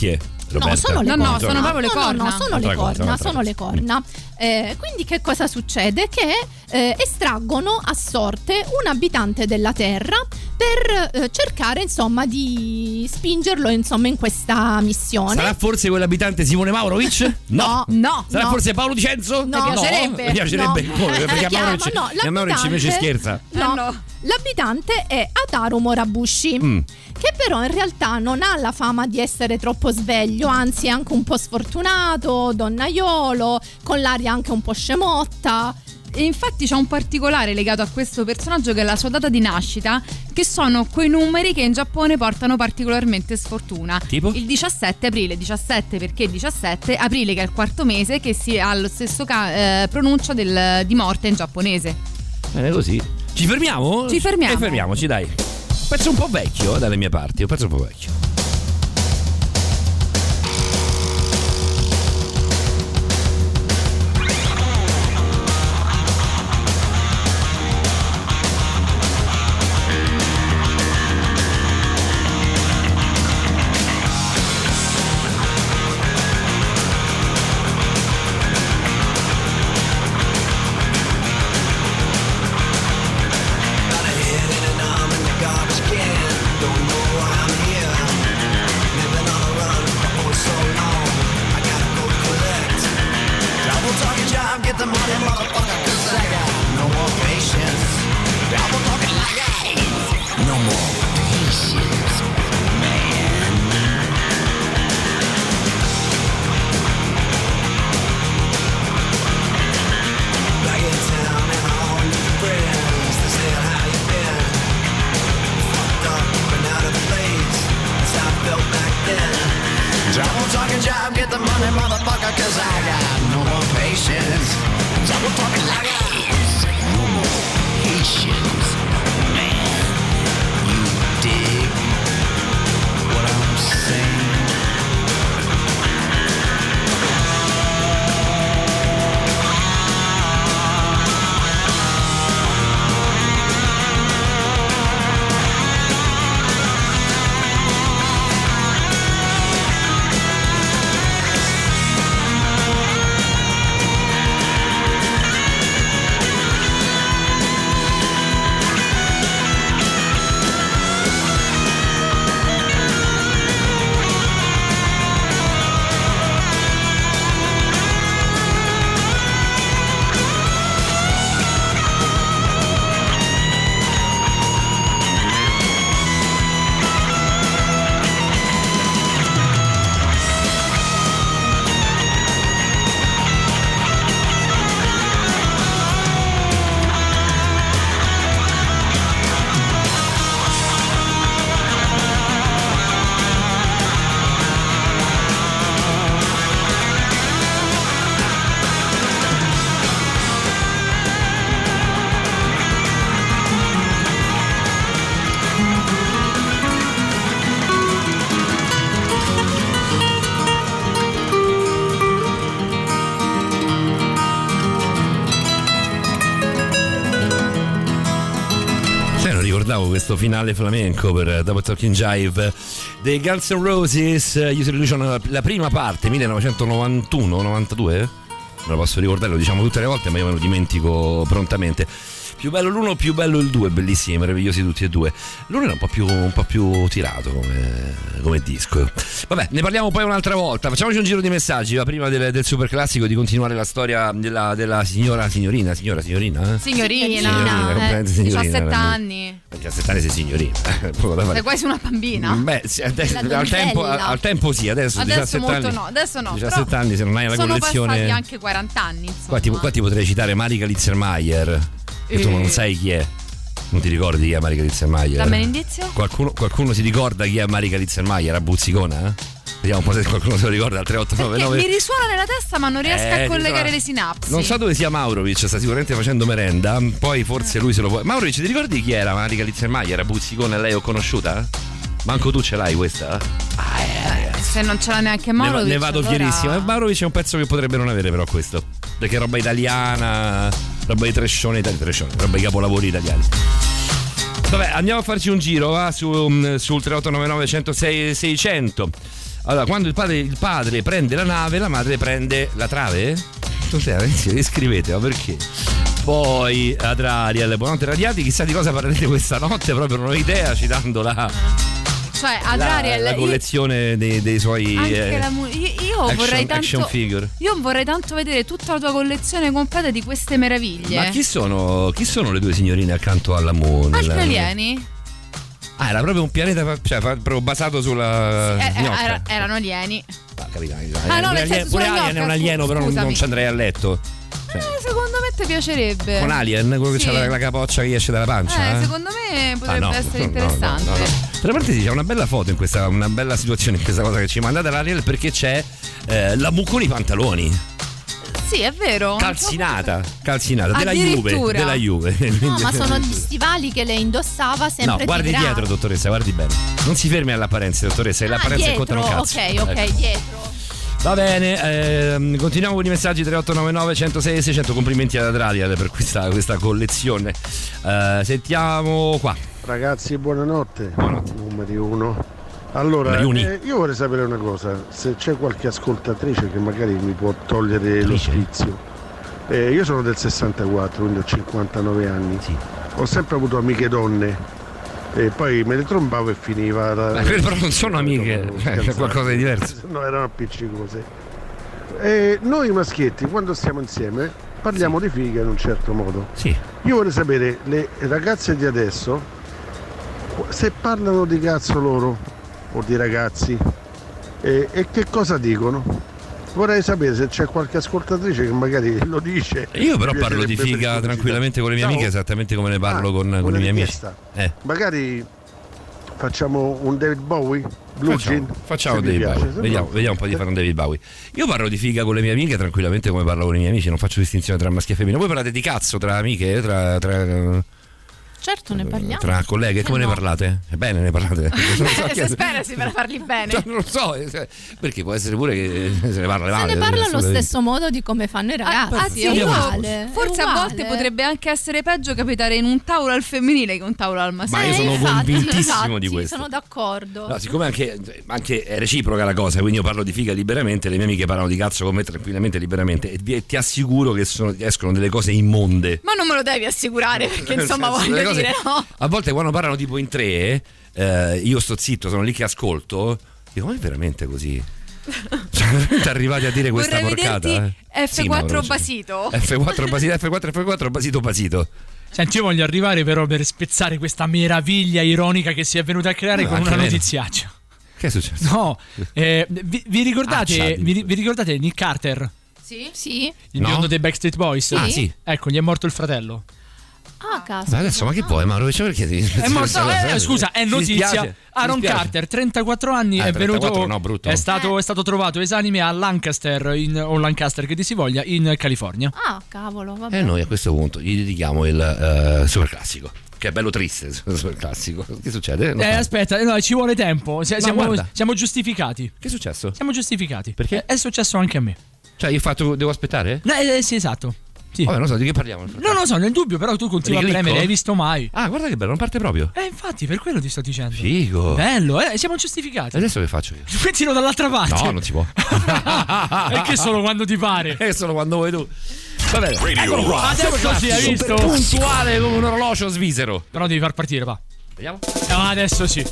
Roberta? No, sono le No, no, corna. sono proprio le No, no, corna. no, sono Altra le cosa, corna, un'altra sono le corna. Eh, quindi che cosa succede? Che eh, estraggono a sorte un abitante della Terra per eh, cercare insomma di spingerlo insomma in questa missione. Sarà forse quell'abitante Simone Maurovic? No, no, Sarà no. forse Paolo Dicenzo? No. Mi piacerebbe. Mi piacerebbe. No. Come? Perché a Chiama, Maurovic, no, a Maurovic invece l'abitante- scherza. No, Eh, no. l'abitante è Ataru Morabushi, Mm. che però in realtà non ha la fama di essere troppo sveglio, anzi è anche un po' sfortunato, donnaiolo, con l'aria anche un po' scemotta. E infatti c'è un particolare legato a questo personaggio che è la sua data di nascita, che sono quei numeri che in Giappone portano particolarmente sfortuna. Tipo? Il diciassette aprile, diciassette perché diciassette aprile, che è il quarto mese, che si ha lo stesso ca- eh, pronuncia del, di morte in giapponese. Bene così. Ci fermiamo? Ci fermiamo. E fermiamoci, dai. Un pezzo un po' vecchio eh, dalle mie parti, un pezzo un po' vecchio. Questo finale flamenco per Double Talking Jive dei Guns N' Roses, Use Illusion, la prima parte millenovecentonovantuno novantadue, me lo posso ricordare, lo diciamo tutte le volte ma io me lo dimentico prontamente. Più bello l'uno, più bello il due, bellissimi, meravigliosi tutti e due. L'uno era un po' più, un po' più tirato come, come disco. Vabbè, ne parliamo poi un'altra volta. Facciamoci un giro di messaggi, va, prima del, del super classico, di continuare la storia della, della signora, signorina, signora, signorina? Eh? Signorina, Signorina, eh, comprende, signorina, diciassette veramente. anni. diciassette anni sei signorina. Poco da fare. Sei quasi una bambina. Beh, sì, adesso, La al, tempo, al, donzella. al tempo sì, adesso, Adesso diciassette molto anni. no, adesso no. diciassette però anni se non hai la sono collezione. passati anche quaranta anni, insomma. Qua ti, qua ti potrei citare Marica Litzermeier, che tu Eh. non sai chi è. Non ti ricordi chi è Marica Litzermeier? Dammi un indizio. Qualcuno, qualcuno si ricorda chi è Marica Litzermeier a Buzzicona? Eh? Vediamo un po' se qualcuno se lo ricorda al tre otto nove Perché nove. mi risuona nella testa ma non riesco Eh, a collegare risuona. le sinapsi. Non so dove sia Maurovic, sta sicuramente facendo merenda. Poi forse lui se lo può. Maurovic, ti ricordi chi era Marica Litzermeier a Buzzicona? Lei ho conosciuta? Manco tu ce l'hai questa? Ah, eh, ragazzi. Se non ce l'ha neanche Ne, va- Maurovic, ne vado allora- fierissimo. E Maurovic è un pezzo che potrebbe non avere, però, questo. Perché è roba italiana, roba di trescione, itali- trescione, roba di capolavori italiani. Vabbè, andiamo a farci un giro, va, su, sul tre otto nove nove uno zero sei seicento. Allora, quando il padre, il padre prende la nave, la madre prende la trave? Cos'è? Ragazzi, scrivete, ma perché? Poi Adrariel, buonanotte radiati, chissà di cosa parlerete questa notte, proprio non ho idea, citando la, Cioè Adrariel, la, la collezione io, dei, dei suoi anche eh, la mu- io, io action, vorrei tanto action figure. Io vorrei tanto vedere tutta la tua collezione completa di queste meraviglie. Ma chi sono, chi sono le due signorine accanto alla Moon? Altri alieni? Ah, era proprio un pianeta, cioè proprio basato sulla Eh, eh, gnocca. era- erano alieni. Ah, capitano, Ah, no, pure nel alien, senso pure sulla Alien è un gnocca, alieno, però non, scusami. non ci andrei a letto. Cioè, Eh, secondo me ti piacerebbe. con Alien, quello che Sì. c'ha la, la capoccia che esce dalla pancia. Eh, eh? secondo me Ah, potrebbe no, essere no, interessante. no, no, no. Tra parentesi c'è una bella foto in questa, una bella situazione in questa cosa che ci mandate l'Ariel, perché c'è eh, la Mu con i pantaloni. Sì, è vero. Calzinata, calzinata della Addirittura. Juve, della Juve. No, ma sono gli stivali che lei indossava sempre No, guardi tirati. dietro, dottoressa, guardi bene. Non si fermi all'apparenza, dottoressa, è Ah, l'apparenza che dietro, conta un cazzo. ok, ok, Ecco. dietro. Va bene, ehm, continuiamo con i messaggi tre otto nove nove uno zero sei seicento. Complimenti ad Adrariel per questa, questa collezione. Eh, sentiamo qua. Ragazzi, buonanotte. Buonanotte. Numeri uno. Allora, Numeri uni. eh, io vorrei sapere una cosa, se c'è qualche ascoltatrice che magari mi può togliere lo Attrice? sfizio. Eh, io sono del sessantaquattro, quindi ho cinquantanove anni. Sì. Ho sempre avuto amiche donne e poi me le trombavo e finiva. La, Ma quelle però non sono amiche, dopo cioè, è scherzare. qualcosa di diverso. No, erano appiccicose. E noi maschietti, quando stiamo insieme, parliamo di fighe in un certo modo. Sì. Io vorrei sapere, le ragazze di adesso, se parlano di cazzo loro o di ragazzi, e, e che cosa dicono? Vorrei sapere se c'è qualche ascoltatrice che magari lo dice. Io però Mi parlo di piacerebbe per figa curiosità. tranquillamente con le mie Ciao. amiche, esattamente come ne parlo Ah, con, con una i miei amici. richiesta. Eh. Magari facciamo un David Bowie? Blue Facciamo, Jean? facciamo se vi David piace, Bowie. se Vediamo, no- vediamo un po' di fare un David Bowie. Io parlo di figa con le mie amiche tranquillamente come parlo con i miei amici, non faccio distinzione tra maschio e femmina. Voi parlate di cazzo tra amiche, tra, tra, Certo, ne parliamo. tra colleghe, come Eh, ne no. parlate? Bene, ne parlate. Non so Eh, chi- se spera si per farli bene. Cioè, non lo so, eh, perché può essere pure che se ne parla Se male. ne parla allo assolutamente. stesso modo di come fanno i ragazzi. Ah, anzi, è io- uguale, è forse a uguale. volte potrebbe anche essere peggio capitare in un tavolo al femminile che un tavolo al maschile. Ma io Eh, sono infatti, convintissimo infatti, di questo. Sono d'accordo. No, siccome anche, anche è reciproca la cosa, quindi io parlo di figa liberamente, le mie amiche parlano di cazzo con me tranquillamente liberamente e vi- ti assicuro che sono- escono delle cose immonde. Ma non me lo devi assicurare perché Nel insomma senso, voglio delle cose- dire no. A volte quando parlano tipo in tre, eh, io sto zitto, sono lì che ascolto, dico ma è veramente così? Cioè, veramente arrivati a dire questa Vorrei porcata? vederti eh? F Sì, quattro Mauro, cioè, basito. F quattro basito, F quattro F quattro basito basito. Senti, io voglio arrivare però per spezzare questa meraviglia ironica che si è venuta a creare No, con anche una meno. notiziaccia. Che è successo? No, eh, vi, vi ricordate, Ah, vi, vi ricordate Nick Carter, Sì? Sì. il No. biondo dei Backstreet Boys? Ah sì. Ecco, gli è morto il fratello. Ah, caso. Ma adesso ma che vuoi Mauro? Cioè, perché ti- È morto, questa eh, cosa? scusa, è Ci notizia. dispiace, ci Aaron dispiace. Carter, trentaquattro anni, Ah, è venuto. trentaquattro no, brutto. È stato, è stato trovato esanime a Lancaster, in, o Lancaster che ti si voglia, in California. Ah, cavolo, vabbè. E noi a questo punto gli dedichiamo il eh, super classico. Che è bello triste, il super classico. Che succede? Non Eh, so. aspetta, no, ci vuole tempo. Si- Ma siamo, guarda. siamo giustificati. Che è successo? Siamo giustificati. Perché? È, è successo anche a me. Cioè, io ho fatto. Devo aspettare? No, eh, sì, esatto. Sì. Vabbè, non so di che parliamo. Non lo so, nel dubbio, però tu continui a Riclicco? premere, hai visto mai? Ah, guarda che bello, non parte proprio. Eh, infatti, per quello ti sto dicendo. Figo. Bello, eh, siamo giustificati. E adesso che faccio io? Mettilo dall'altra parte. No, non si può. È che solo quando ti pare. È solo quando vuoi tu. Va bene. Radio Rock. Adesso sì, hai visto? Puntuale come un orologio svisero. Però devi far partire, va. Vediamo. Eh, adesso sì.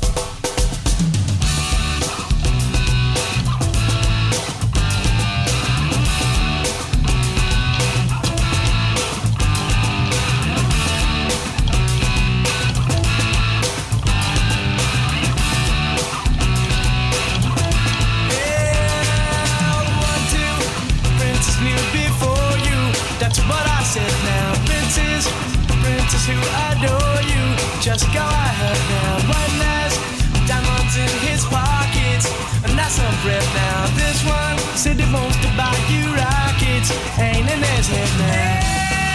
Princess knew before you. That's what I said now. Princess, princess who adore you. Just go ahead now. One last diamonds in his pockets. And that's some breath now. This one said he wants to buy you rockets. Ain't in his head now.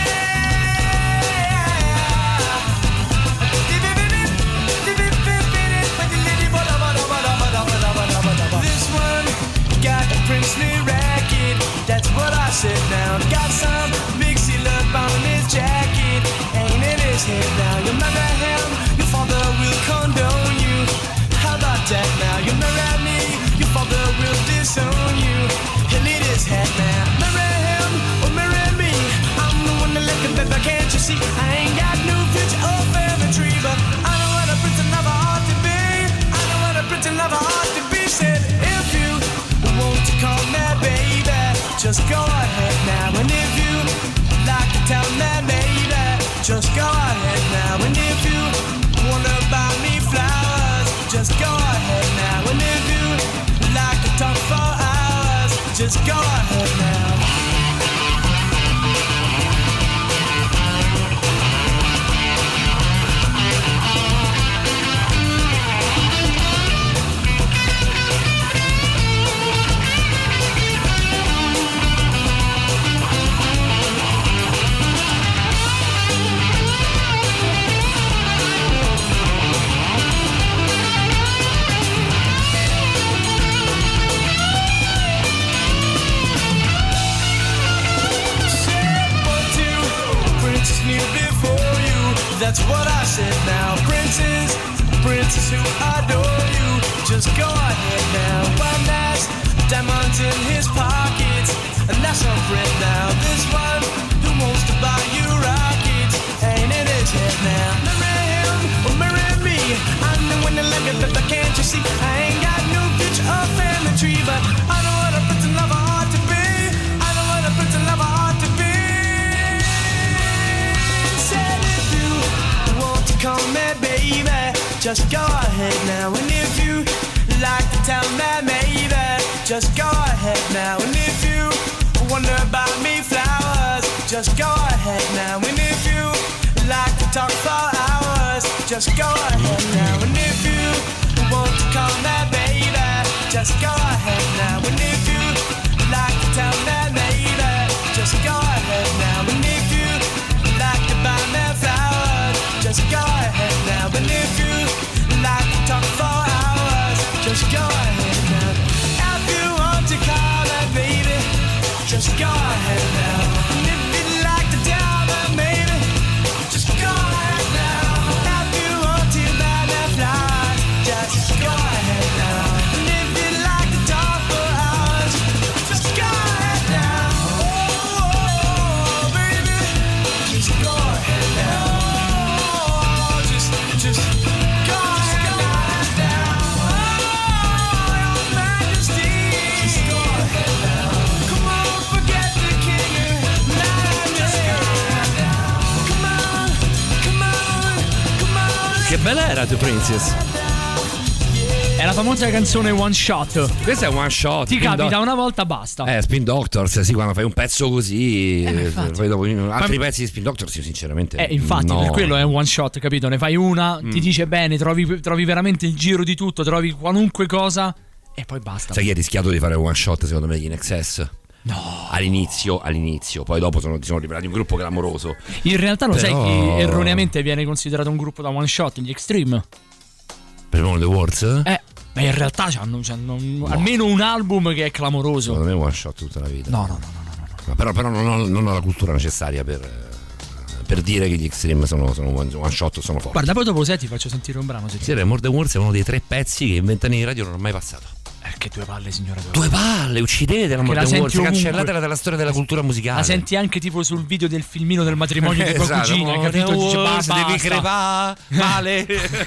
This one got a princely racket. That's what I said now. Got some big seal up on his jacket. Ain't in his head now. You marry him, your father will condone you. How about that now? You marry me, your father see. I ain't got no future or family tree, but I know what a prince of love ought to be. I know what a prince of love ought to be. Said if you want to call me baby, just go ahead now. And if you like to tell me baby, just go ahead now. And if you wanna buy me flowers, just go ahead now. And if you like to talk for hours, just go ahead now. That's what I said now. Princes, princes who adore you, just go ahead now. One has diamonds in his pockets, and that's a friend now. This one who wants to buy you rockets, ain't in his head now. Marry him or marry me, I'm the one that like it, but can't you see? I ain't got no future or family tree, but I know what a prince and lover ought to be. I know what a prince and lover ought to be. Said if you want to call me baby, just go ahead now. And if you like to tell me maybe, just go ahead now. And if you wonder about me flowers, just go ahead now. And if you like to talk for hours, just go ahead now. And if you want to call me baby, just go ahead now. And if you like to tell me maybe, just go ahead now. And if you like to buy me flowers, just go ahead now. And if you like to talk for hours, just go ahead now. If you want to call me baby, just go ahead now. And if you'd like to tell me maybe, just go ahead now. If you want to buy me flowers, just go ahead now. And if you'd like to talk for hours, just go ahead now. Oh, baby, just go ahead now. Just go ahead now. Oh, your majesty. Just go ahead now. Come on, forget the king. Now just go ahead now. Come on, come on, come on. Che bella era The Princess. È la famosa canzone One Shot. Questa è One Shot. Ti Spin capita Doc- una volta, basta. Eh, Spin Doctors, sì, quando fai un pezzo così, Eh, eh, infatti. poi dopo altri Ma- pezzi di Spin Doctors, io sinceramente. Eh, infatti, no. per quello è un one shot, capito? Ne fai una, Mm. ti dice bene, trovi, trovi veramente il giro di tutto, trovi qualunque cosa e poi basta. Sai chi ha rischiato di fare un one shot secondo me? Gli In Excess. No. All'inizio, all'inizio, poi dopo sono, sono rivelati un gruppo clamoroso. In realtà lo Però- sai che erroneamente viene considerato un gruppo da one shot, gli Extreme. Per uno The Wars? Eh, ma in realtà c'hanno, c'hanno un- almeno un album che è clamoroso. Secondo me è un one shot tutta la vita. No, no, no, no, no, no. Ma però, però non, ho, non ho la cultura necessaria per, per dire che gli Extreme sono, sono one one shot o sono forti. Guarda, poi dopo sai ti faccio sentire un brano. Se ti... Sì, More Than Words è uno dei tre pezzi che in vent'anni di radio non ho mai passato. Eh, che due palle, signora. Due palle, uccidete la Che More la Than senti Words, ovunque. cancellatela dalla storia della cultura musicale. La senti anche tipo sul video del filmino del matrimonio di tua Esatto, cugina, More capito? Than Dice, bah, Words, devi basta. crepare, male.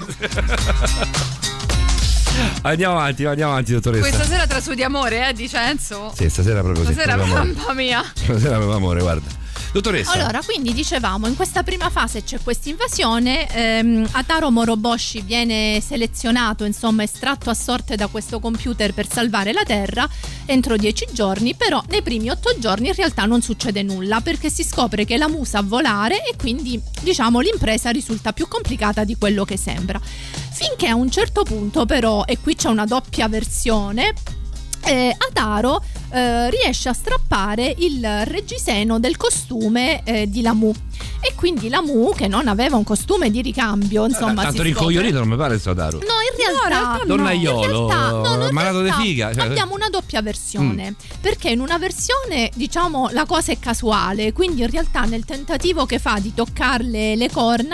Andiamo avanti, andiamo avanti, dottoressa. Questa sera trasudi amore, eh, di Cenzo. Sì, stasera proprio sì. Stasera, proprio amore. mamma mia. Stasera proprio amore, guarda. Dottoressa. Allora, quindi dicevamo, in questa prima fase c'è questa invasione, ehm, Hataro Moroboshi viene selezionato, insomma estratto a sorte da questo computer per salvare la Terra entro dieci giorni, però nei primi otto giorni in realtà non succede nulla perché si scopre che la Mu sa volare e quindi diciamo l'impresa risulta più complicata di quello che sembra. Finché a un certo punto però, e qui c'è una doppia versione, Eh, Hataro eh, riesce a strappare il reggiseno del costume eh, di Lamu e quindi Lamu, che non aveva un costume di ricambio, insomma, Tanto si scopre- rincoglionito non mi pare sto Daru. No, in realtà, in realtà no. Donnaiolo, in realtà, no, no, in malato di realtà figa, cioè- abbiamo una doppia versione perché in una versione diciamo la cosa è casuale, quindi in realtà nel tentativo che fa di toccarle le corna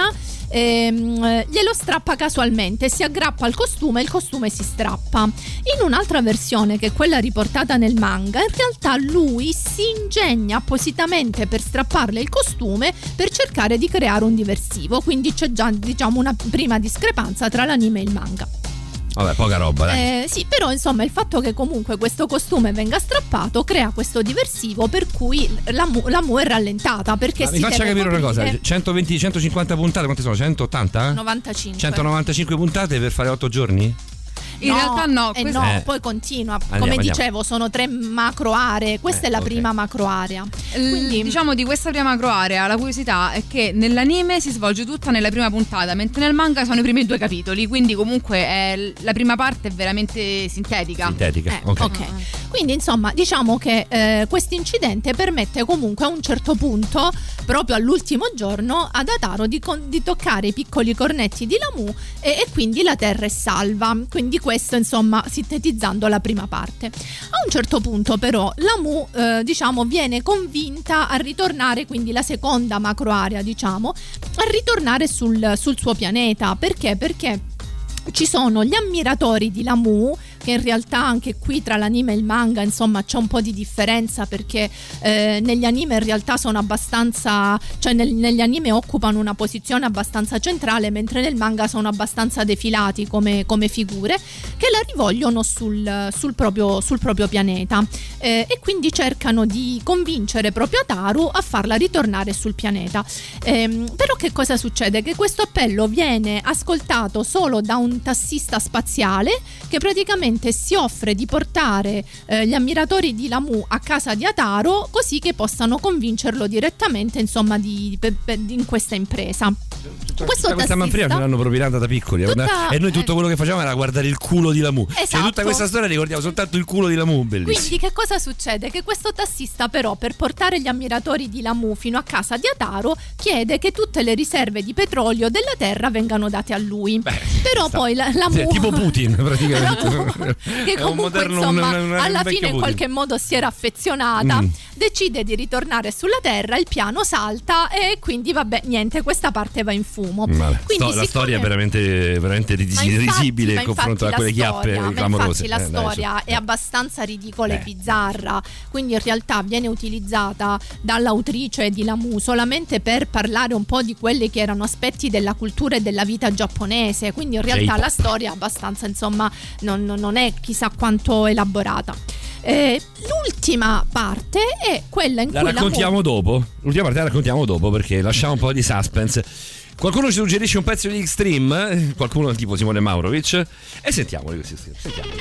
ehm, glielo strappa casualmente, si aggrappa al costume e il costume si strappa. In un'altra versione, che è quella riportata nel manga, in realtà lui si ingegna appositamente per strapparle il costume per cercare di creare un diversivo, quindi c'è già, diciamo, una prima discrepanza tra l'anime e il manga. Vabbè, poca roba, dai. Eh, sì, però insomma il fatto che comunque questo costume venga strappato crea questo diversivo per cui la Mu, la Mu è rallentata, perché Ma si mi faccia deve capire una cosa, coprire centoventi centocinquanta puntate, quante sono? centottanta? novantacinque centonovantacinque puntate per fare otto giorni? In no, realtà no, eh questo- no, Eh. poi continua. Andiamo, Come andiamo. dicevo, sono tre macro aree. Questa Eh, è la ok. prima macro area. Quindi Quindi diciamo di questa prima macroarea la curiosità è che nell'anime si svolge tutta nella prima puntata, mentre nel manga sono i primi due capitoli, quindi comunque è, la prima parte è veramente sintetica. Sintetica, Eh, ok. ok. Quindi insomma diciamo che eh, questo incidente permette comunque a un certo punto, proprio all'ultimo giorno, ad Ataro di, con- di toccare i piccoli cornetti di Lamu e, e quindi la Terra è salva. Quindi questo insomma sintetizzando la prima parte. A un certo punto però Lamu eh, diciamo viene convinta a ritornare, quindi la seconda macro area diciamo, a ritornare sul, sul suo pianeta. Perché? Perché ci sono gli ammiratori di Lamu, che in realtà anche qui tra l'anime e il manga insomma c'è un po' di differenza, perché eh, negli anime in realtà sono abbastanza, cioè nel, negli anime occupano una posizione abbastanza centrale, mentre nel manga sono abbastanza defilati come, come figure, che la rivogliono sul, sul, proprio, sul proprio pianeta, eh, e quindi cercano di convincere proprio Ataru a farla ritornare sul pianeta. Ehm, però che cosa succede? Che questo appello viene ascoltato solo da un tassista spaziale che praticamente si offre di portare eh, gli ammiratori di Lamu a casa di Ataro, così che possano convincerlo direttamente insomma di, per, per, in questa impresa. Questo Questa tassista, manfrina ce l'hanno propinata da piccoli, Tutta- e noi tutto quello che facciamo era guardare il culo di Lamu. Cioè Esatto. tutta questa storia ricordiamo soltanto il culo di Lamu, bellissimo. Quindi che cosa succede? Che questo tassista però, per portare gli ammiratori di Lamu fino a casa di Ataro, chiede che tutte le riserve di petrolio della terra vengano date a lui. Beh, però sta- poi la, Lamu Sì, è tipo Putin praticamente. che È un comunque moderno, insomma un- un- un alla vecchio fine in Putin. qualche modo si era affezionata, Mm. decide di ritornare sulla terra, il piano salta e quindi vabbè niente, questa parte va in fumo. Vabbè, Quindi sto- la siccome- storia è veramente, veramente risi- Ma infatti- risibile ma in confronto a infatti quelle la chiappe storia- ma clamorose. infatti la Eh, dai, storia su. è abbastanza ridicola Eh. e bizzarra, quindi in realtà viene utilizzata dall'autrice di Lamu solamente per parlare un po' di quelli che erano aspetti della cultura e della vita giapponese, quindi in realtà J-pop. la storia è abbastanza insomma non, non- non è chissà quanto elaborata. Eh, l'ultima parte è quella in La cui raccontiamo Lamu dopo. L'ultima parte la raccontiamo dopo perché lasciamo un po' di suspense. Qualcuno ci suggerisce un pezzo di Extreme, eh, qualcuno tipo Simone Maurovic, e sentiamoli questi. Sentiamo.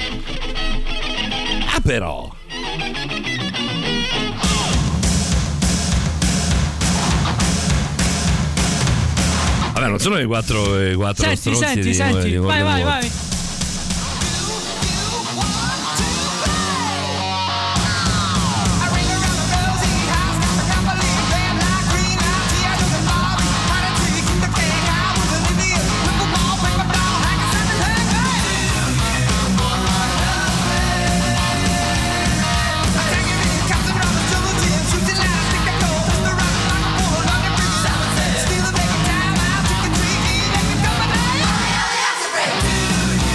Ah però. Vabbè, non sono i quattro, i quattro Senti, stronzi senti, di, senti. di Vai, vai, Voldemort. vai. Steal the baby time out, trick or treat, let me come and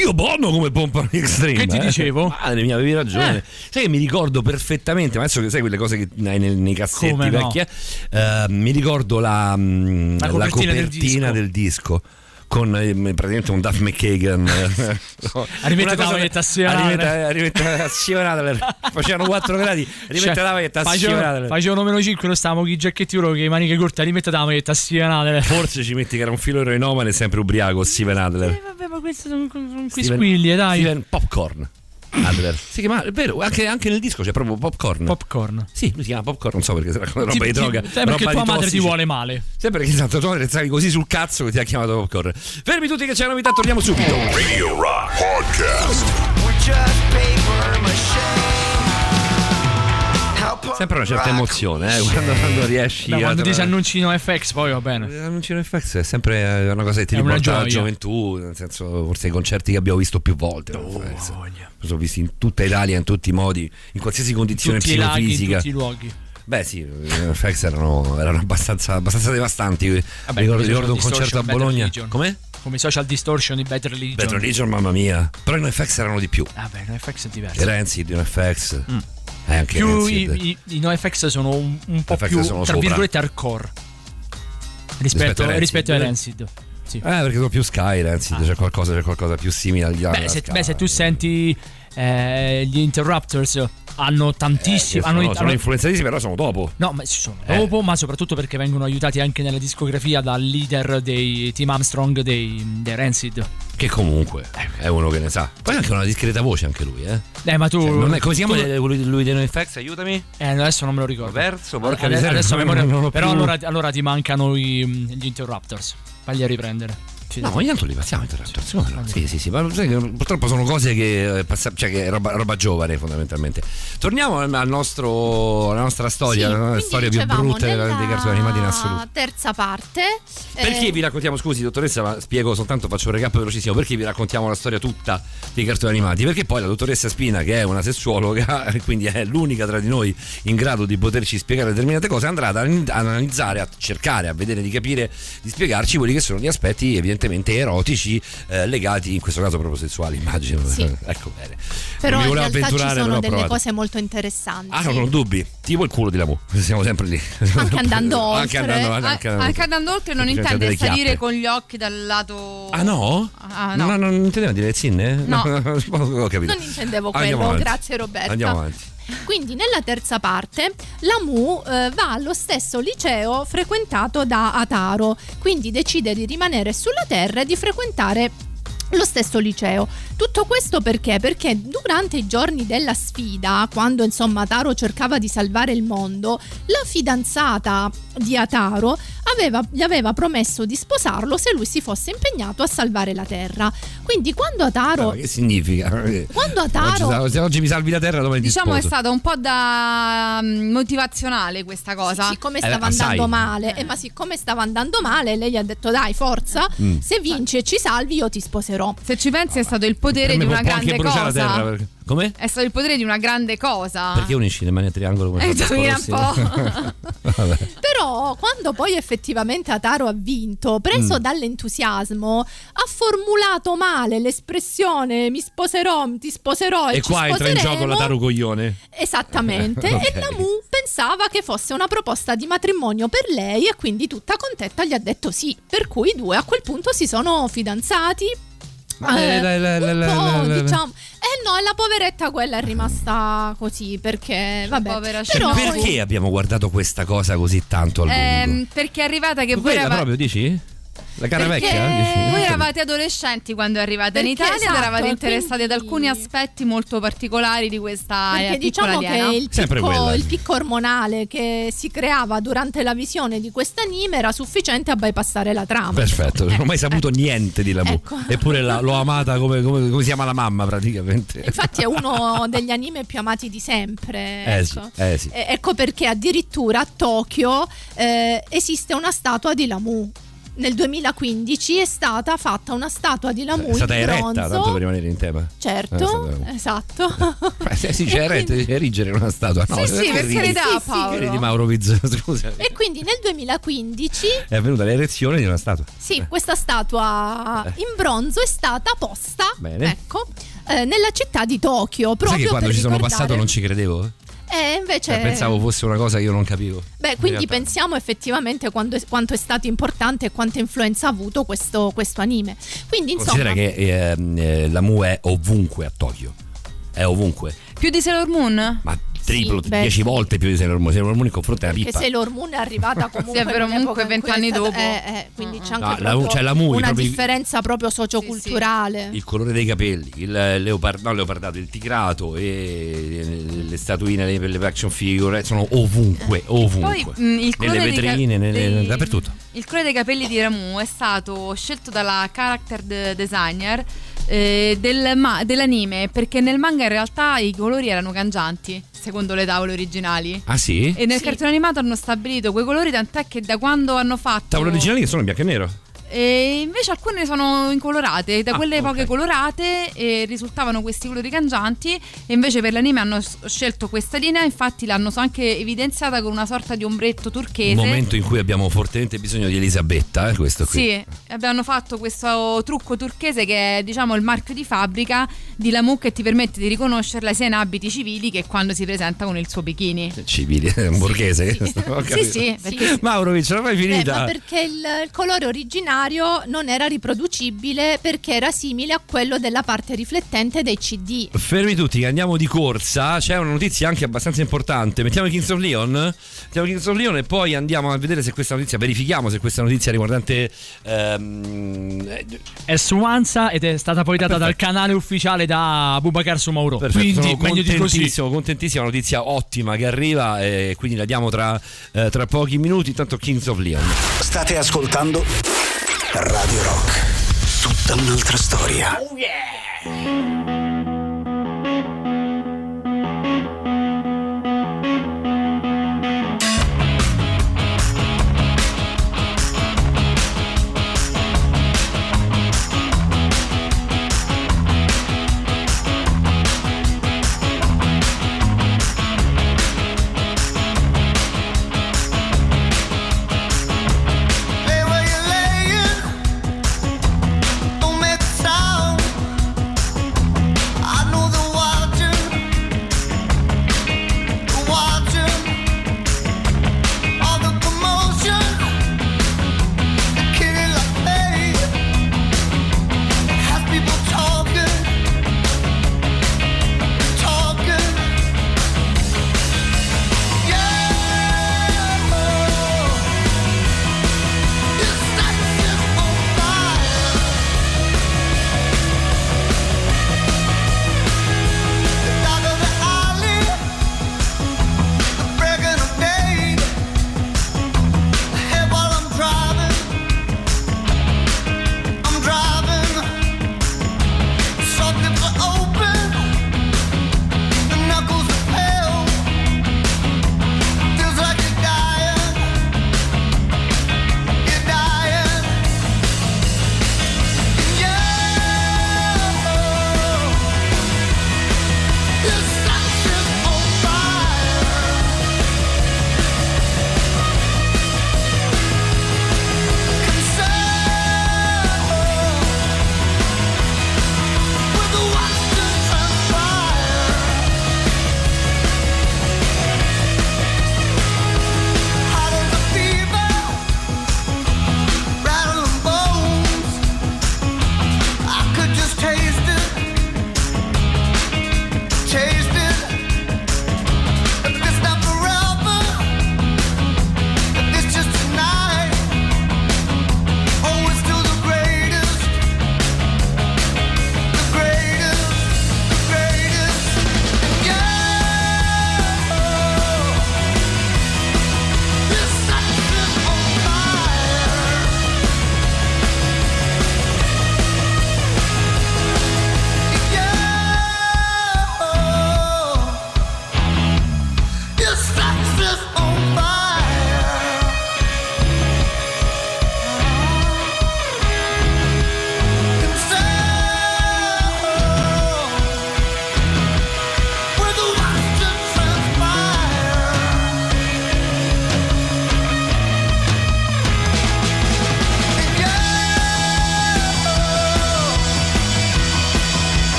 Dio buono come pompano gli Extreme. Che ti eh. dicevo? Madre mia, avevi ragione. Eh. Sai che mi ricordo perfettamente, ma adesso che sai quelle cose che hai nei, nei cassetti Come no? vecchie, eh, mi ricordo la, mm, La la copertina del copertina del disco. Con eh, praticamente un Duff McKagan eh, no, Rimette una cosa- la maglietta a Steven Adler. rimette a Steven Adler. Facevano quattro gradi, rimette Cioè, la maglietta a Steven facevano, Adler. facevano meno cinque, noi stavamo con i giacchetti loro che i maniche corte, rimette la maglietta a Steven Adler. Forse ci metti che era un filo eroinomane sempre ubriaco Steven Adler. Eh, vabbè, ma questi sono, sono qui Steven- squiglie, dai. Steven Popcorn Adler. Si chiama, è vero, anche, anche nel disco c'è proprio Popcorn. Popcorn. Sì, lui si chiama Popcorn, non so perché sarà roba Ti- di ti- droga. sai perché roba tua di madre ti tossici. vuole male. Sempre che esatto, tua madre stavi così sul cazzo che ti ha chiamato Popcorn. Fermi tutti che c'è una novità, torniamo subito. Radio Rock Podcast. We're just paper mache. How punk Sempre una certa rock emozione, eh, quando, quando riesci Da a quando ti si trovare- annuncino F X poi va bene. L'annuncino F X è sempre una cosa che ti È una riporta alla gioia. gioventù, nel senso forse i concerti che abbiamo visto più volte. Oh, F X. Sono visti in tutta Italia, in tutti i modi, in qualsiasi condizione Tutti i laghi, in psicofisica. tutti i luoghi. Beh sì, i F X erano, erano abbastanza, abbastanza devastanti. Vabbè, ricordo, come ricordo un Social concerto a Distortion, Bad Bologna. Religion. Com'è? Come Social Distortion di Bad Religion. Bad Religion, mamma mia. Però i F X erano di più. Vabbè, no F X è diverso. I Rancid, i F X. Mm. Eh, anche Più Rancid. i, i, i No F X sono un, un po' F X più sono tra sopra. virgolette hardcore rispetto, Rispetto ai rispetto ai Rancid. Rancid. Sì. Eh, perché sono più Sky, Rancid, c'è qualcosa, c'è qualcosa più simile agli altri. Beh, se, beh, se tu senti eh, gli Interrupters hanno tantissimo. hanno, sono, sono hanno- influenzatissimi, però sono dopo. No, ma ci sono Eh. dopo, ma soprattutto perché vengono aiutati anche nella discografia dal leader dei Team Armstrong dei, dei Rancid. Che comunque è uno che ne sa. Poi ha anche una discreta voce anche lui, eh. Eh, ma tu. Cioè, non è, come si chiama tu- lui, lui dei No F X? Aiutami. Eh, adesso non me lo ricordo. Verso, porca Ade- miseria, adesso a non- memoria- non ho però più- allora, allora ti mancano i- gli Interrupters. Fagli a riprendere. Ci No, ogni tanto li passiamo Interrupters, secondo me no. Sì, sì, sì, ma sai che purtroppo sono cose che eh, passa- cioè che è roba, roba giovane fondamentalmente. Torniamo al al nostro alla nostra storia, Sì, la quindi storia più dicevamo, brutta dei nella dei cartoni animati in assoluto. terza parte. Perché eh, vi raccontiamo, scusi dottoressa, ma spiego soltanto, faccio un recap velocissimo, perché vi raccontiamo la storia tutta dei cartoni animati? Perché poi la dottoressa Spina, che è una sessuologa e quindi è l'unica tra di noi in grado di poterci spiegare determinate cose, andrà ad an- analizzare, a cercare, a vedere di capire, di spiegarci quelli che sono gli aspetti evidentemente erotici eh, legati, in questo caso proprio sessuali, immagino. Sì. Ecco bene. Però Non mi in volevo realtà ci avventurare, sono però ho delle provato. cose molto interessanti. Ah, non ho dubbi. Tipo il culo di Lamu, siamo sempre lì. Anche andando Anche oltre. andando, Ah, anche Anche andando oltre non semplicemente intende delle chiappe. salire con gli occhi dal lato. Ah no? Ah, no. Non, non intendeva dire zinne? No. Ho capito. Non intendevo Andiamo quello, avanti. grazie Roberta. Andiamo avanti. Quindi nella terza parte la Mu eh, va allo stesso liceo frequentato da Ataro, quindi decide di rimanere sulla Terra e di frequentare lo stesso liceo. Tutto questo perché? Perché durante i giorni della sfida, quando insomma Ataro cercava di salvare il mondo, la fidanzata di Ataro aveva, gli aveva promesso di sposarlo se lui si fosse impegnato a salvare la Terra. Quindi quando Ataro Ma che significa? Quando Ataro- Oggi, se oggi mi salvi la terra, domani ti Diciamo è sposo. stata un po' da mm, motivazionale questa cosa. siccome Eh, stava assai. andando male, eh, ma siccome stava andando male, lei gli ha detto dai forza, Mm. se vinci e ci salvi io ti sposerò. Se ci pensi è stato il potere Per me di una può anche grande bruciare cosa. la terra. Perché... Come? È stato il potere di una grande cosa. Perché unisci le mani a triangolo come Eh, Francesco indovina Rossi? un Vabbè. Però quando poi effettivamente Ataro ha vinto, preso Mm. dall'entusiasmo, ha formulato male l'espressione mi sposerò, ti sposerò e, E ci qua entra in sposeremo. gioco la Taru Coglione. Esattamente. Ok. E la Mu pensava che fosse una proposta di matrimonio per lei e quindi tutta contenta gli ha detto sì. Per cui i due a quel punto si sono fidanzati. Eh, la- la- la- un la- po', la- la- diciamo. Eh no, e la poveretta quella è rimasta così perché vabbè. povera Però scema. Perché abbiamo guardato questa cosa così tanto a lungo? Ehm, perché è arrivata che voi Quella eravate, proprio, dici? La cara perché vecchia? Dici? voi eravate adolescenti quando è arrivata in Perché, Italia ed esatto, eravate interessati ad quindi- alcuni aspetti molto particolari di questa Perché eh, piccola diciamo che aliena. il Sempre picco, quella. il picco ormonale che si creava durante la visione di quest'anime era sufficiente a bypassare la trama. Perfetto, non ho mai Eh, saputo eh. niente di Lamu. Ecco. Eppure la- l'ho amata come, come, come si chiama la mamma praticamente. Infatti è uno degli anime più amati di sempre. Eh ecco. sì, eh sì. E- ecco perché addirittura a Tokyo eh, esiste una statua di Lamu. nel duemilaquindici è stata fatta una statua di Lamu È stata in eretta, bronzo. tanto per rimanere in tema. Certo, Eh, è esatto. Eh, sì, sì, c'è eretta, erigere una statua. No, Sì, sì, perché per ridi? carità, Sì, sì. Paolo. Che ridi, Maurovic? Scusa. E quindi nel duemilaquindici È avvenuta l'erezione di una statua. sì, questa statua in bronzo è stata posta, Bene. ecco, eh, nella città di Tokyo. Sai Proprio che quando per ci sono ricordare- passato non ci credevo? Eh, invece. Cioè, pensavo fosse una cosa che io non capivo. Beh, In quindi realtà. pensiamo effettivamente quando è- quanto è stato importante e quanta influenza ha avuto questo, questo anime. Quindi, insomma. Considera che ehm, eh, la Mu è ovunque a Tokyo. È ovunque. Più di Sailor Moon? Ma triplo, Sì, beh, dieci sì. volte più di Sailor Moon. Sailor Moon in confronto è una Che pippa. Sailor Moon è arrivata comunque Sì, è vero, in un'epoca comunque in cui è vent'anni stata- dopo. eh, eh, quindi c'è anche No, la- proprio cioè la Mu, i una propri- differenza proprio socioculturale. Il colore dei capelli, il leopard, no, leopardato, il tigrato e le statuine, le, le action figure sono ovunque, ovunque. Poi mh, il colore nelle dei ca- vetrine, nelle- dei- dappertutto. Il colore dei capelli di Ramu è stato scelto dalla character de- designer eh, del ma- dell'anime, perché nel manga in realtà i colori erano cangianti, secondo le tavole originali. Ah sì? E nel Sì. cartone animato hanno stabilito quei colori, tant'è che da quando hanno fatto Tavole originali che sono in bianco e nero. E invece alcune sono incolorate, da Ah, quelle ok. poche colorate eh, risultavano questi colori cangianti, e invece per l'anime hanno s- scelto questa linea, infatti l'hanno so- anche evidenziata con una sorta di ombretto turchese. Un momento in cui abbiamo fortemente bisogno di Elisabetta, eh, questo qui. Sì, abbiamo fatto questo trucco turchese che è, diciamo, il marchio di fabbrica di Lamu, che ti permette di riconoscerla sia in abiti civili che quando si presenta con il suo bikini. Civili, è un borghese. Sì. questo, ho Sì, capito. sì, perché Maurovic, non l'hai mai Beh, finita? ma perché il, il colore originario non era riproducibile, perché era simile a quello della parte riflettente dei C D. Fermi tutti, che andiamo di corsa. C'è una notizia anche abbastanza importante. Mettiamo Kings of Leon. Mettiamo Kings of Leon e poi andiamo a vedere se questa notizia, verifichiamo se questa notizia riguardante ehm, È su Ansa ed è stata poi data dal canale ufficiale da Boubacar Soumaoro. perfetto, Quindi sono meglio di così. contentissimo, contentissima, notizia ottima che arriva e quindi la diamo tra, eh, tra pochi minuti. Intanto Kings of Leon. State ascoltando Radio Rock. Tutta un'altra storia. Hey, where you laying? Don't make a sound.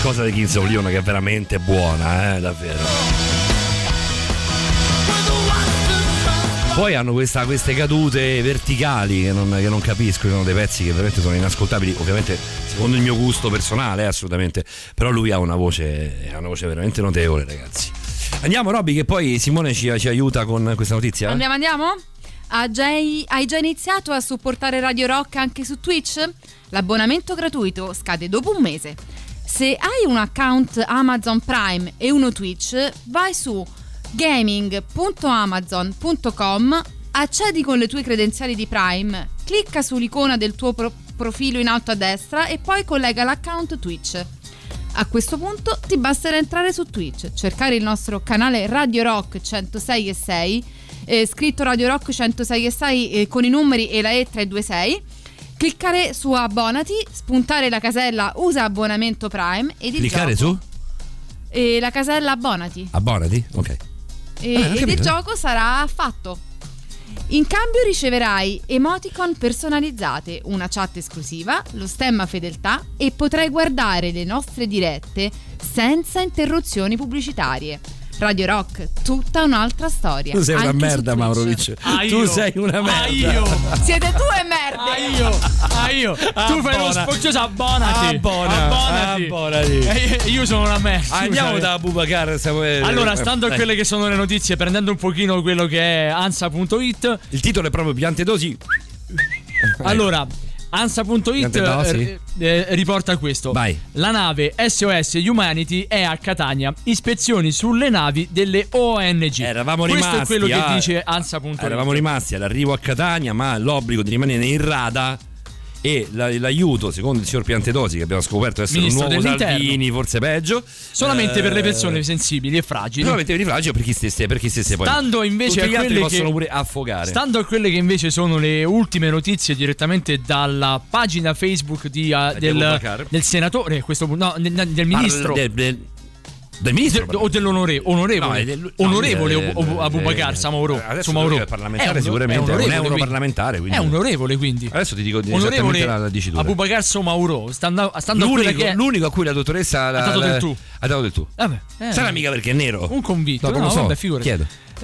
qualcosa di Kings of Leon che è veramente buona, eh, davvero. Poi hanno questa, queste cadute verticali che non, che non capisco, sono dei pezzi che veramente sono inascoltabili, ovviamente secondo il mio gusto personale, eh, assolutamente, però lui ha una voce, ha una voce veramente notevole, ragazzi. Andiamo Robby, che poi Simone ci, ci aiuta con questa notizia. Andiamo, andiamo? Hai già, hai già iniziato a supportare Radio Rock anche su Twitch? L'abbonamento gratuito scade dopo un mese. Se hai un account Amazon Prime e uno Twitch, vai su gaming punto amazon punto com, accedi con le tue credenziali di Prime, clicca sull'icona del tuo pro- profilo in alto a destra e poi collega l'account Twitch. A questo punto ti basterà entrare su Twitch, cercare il nostro canale Radio Rock centosei e sei, eh, scritto Radio Rock centosei e sei eh, con i numeri e la E tre due sei, cliccare su abbonati, spuntare la casella usa abbonamento Prime ed il cliccare gioco, su? E la casella abbonati. Abbonati? Ok. E, Ah, ed capito. il gioco sarà fatto. In cambio riceverai emoticon personalizzate, una chat esclusiva, lo stemma fedeltà e potrai guardare le nostre dirette senza interruzioni pubblicitarie. Radio Rock, tutta un'altra storia. Tu sei una anche su merda, Twitch. Maurovic. Ah, Tu io. sei una merda. Ah, io. Siete due merde. Ah io, ah io. Tu fai lo Abbona. sfoggioso, abbonati. Abbona. Abbonati. Abbonati. E io sono una merda. Andiamo scusami. da Abubakar Samuele. Allora, stando a Dai. quelle che sono le notizie, prendendo un pochino quello che è ansa punto it, Il titolo è proprio Piante dosi. allora ansa punto it Piante dosi? eh, eh, riporta questo. Vai. La nave S O S Humanity è a Catania. Ispezioni sulle navi delle O N G. Eravamo Questo rimasti è quello che ah, dice ansa punto it. Eravamo rimasti all'arrivo a Catania, ma l'obbligo di rimanere in rada e la- l'aiuto, secondo il signor Piantedosi, che abbiamo scoperto essere Ministro un nuovo dell'Interno. Salvini, forse peggio, Solamente eh, per le persone sensibili e fragili. solamente per i fragili o per chi stesse, per chi stesse poi. Stando invece tutti gli a altri quelle possono che- pure affogare. Stando a quelle che invece sono le ultime notizie direttamente dalla pagina Facebook di, uh, di del, Abubakar. del senatore, questo, no, del, del ministro. Parla del, del, del ministro De- o dell'onorevole onorevole, No, è del- no, onorevole del- Abu- del- Abubakar Samauro. adesso Samauro. lui è parlamentare, un- sicuramente, è un onorevole, europarlamentare, quindi. quindi. È un onorevole, quindi. Adesso ti dico Onorevole esattamente la dicitura. Abubakar Samauro, stando, stando a quella L'unico, che è. l'unico a cui la dottoressa la- Ha dato la- del tu. ha dato del tu. Vabbè, eh, Sarà mica perché è nero. un convinto. No, non No, lo so. vabbè, figurati. Chiedo.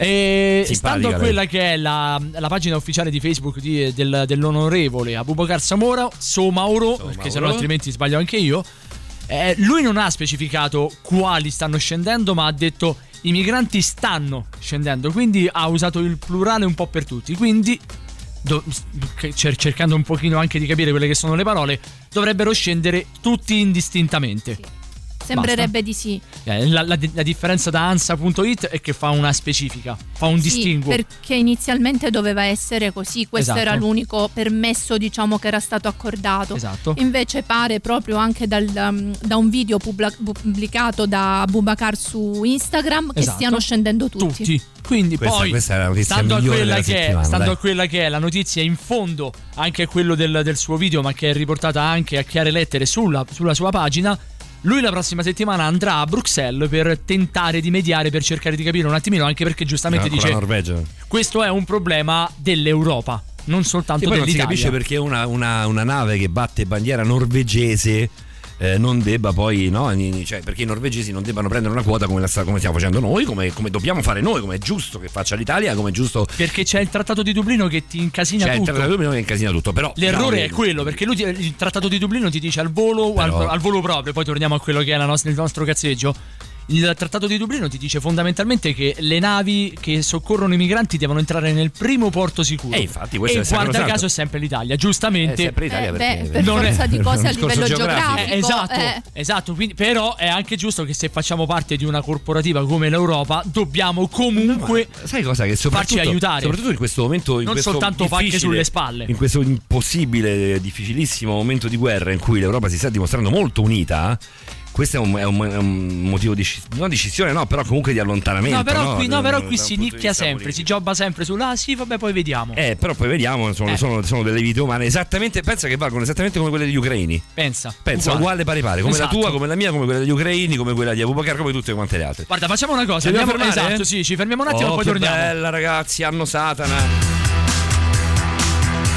E Simpatica stando a lei. quella che è la, la pagina ufficiale di Facebook di- del- dell'onorevole Abubakar Samora, Somauro, perché sennò altrimenti sbaglio anche io, eh, lui non ha specificato quali stanno scendendo, ma ha detto i migranti stanno scendendo, quindi ha usato il plurale un po' per tutti, quindi do- cer- cercando un pochino anche di capire quelle che sono le parole, dovrebbero scendere tutti indistintamente. Sembrerebbe di sì. Eh, La, la- la differenza da ansa punto it è che fa una specifica, fa un Sì, distinguo. perché inizialmente doveva essere così, questo Esatto. era l'unico permesso, diciamo, che era stato accordato. Esatto. Invece pare proprio anche dal, um, da un video publa- pubblicato da Abubakar su Instagram che Esatto. stiano scendendo tutti. Tutti. Quindi Questa- poi questa è la notizia stando, a migliore quella, della che è, settimana, stando dai. a quella che è la notizia in fondo, anche quello del, del suo video, ma che è riportata anche a chiare lettere sulla, sulla sua pagina. Lui la prossima settimana andrà a Bruxelles per tentare di mediare, per cercare di capire un attimino, anche perché giustamente Con la dice Norvegia. questo è un problema dell'Europa, non soltanto Sì, poi non si dell'Italia. capisce perché una, una, una nave che batte bandiera norvegese eh, non debba poi, no? Cioè, perché i norvegesi non debbano prendere una quota come, la sta, come stiamo facendo noi, come, come dobbiamo fare noi, come è giusto che faccia l'Italia, come è giusto. Perché c'è il trattato di Dublino che ti incasina Cioè, il tutto. trattato di Dublino che incasina tutto, però. L'errore diciamo è che- quello, perché lui ti- il trattato di Dublino ti dice al volo, Però- al, al volo proprio, poi torniamo a quello che è la nostra- il nostro cazzeggio. Il trattato di Dublino ti dice fondamentalmente che le navi che soccorrono i migranti devono entrare nel primo porto sicuro. E infatti questo e è guarda sacrosanto. caso è sempre l'Italia, giustamente. È sempre l'Italia Eh, perché beh, per non è- forza di è cose un a discorso livello geografico. geografico. Eh, esatto, eh. esatto, quindi, però è anche giusto che se facciamo parte di una corporativa come l'Europa dobbiamo comunque Sai cosa? Che soprattutto, farci aiutare. soprattutto in questo momento, in Non questo soltanto pacche difficile- sulle spalle. in questo impossibile, difficilissimo momento di guerra in cui l'Europa si sta dimostrando molto unita. Questo è un, è un- è un motivo di sci- non di scissione, no, però comunque di allontanamento. No, però qui, no, però Da- qui da un si punto di nicchia vista sempre, politico. si giobba sempre sulla ah, sì, vabbè, poi vediamo. Eh, però poi vediamo, sono, Eh. sono- sono delle vite umane esattamente, pensa che valgono esattamente come quelle degli ucraini. Pensa. Pensa, uguale pari pari, come Esatto. la tua, come la mia, come quella degli ucraini, come quella di Abubakar, come tutte quante le altre. Guarda, facciamo una cosa, Ci dobbiamo andiamo, fermare, esatto, eh? sì, ci fermiamo un attimo Oh, e poi che torniamo. bella ragazzi, anno Satana.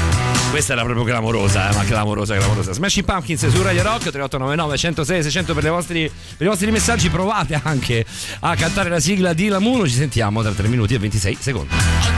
Questa era proprio clamorosa, eh, ma clamorosa, clamorosa. Smashing Pumpkins su Radio Rock, tre otto nove nove uno zero sei sei zero zero per, le vostri, per i vostri messaggi. Provate anche a cantare la sigla di Lamuno. Ci sentiamo tra tre minuti e ventisei secondi.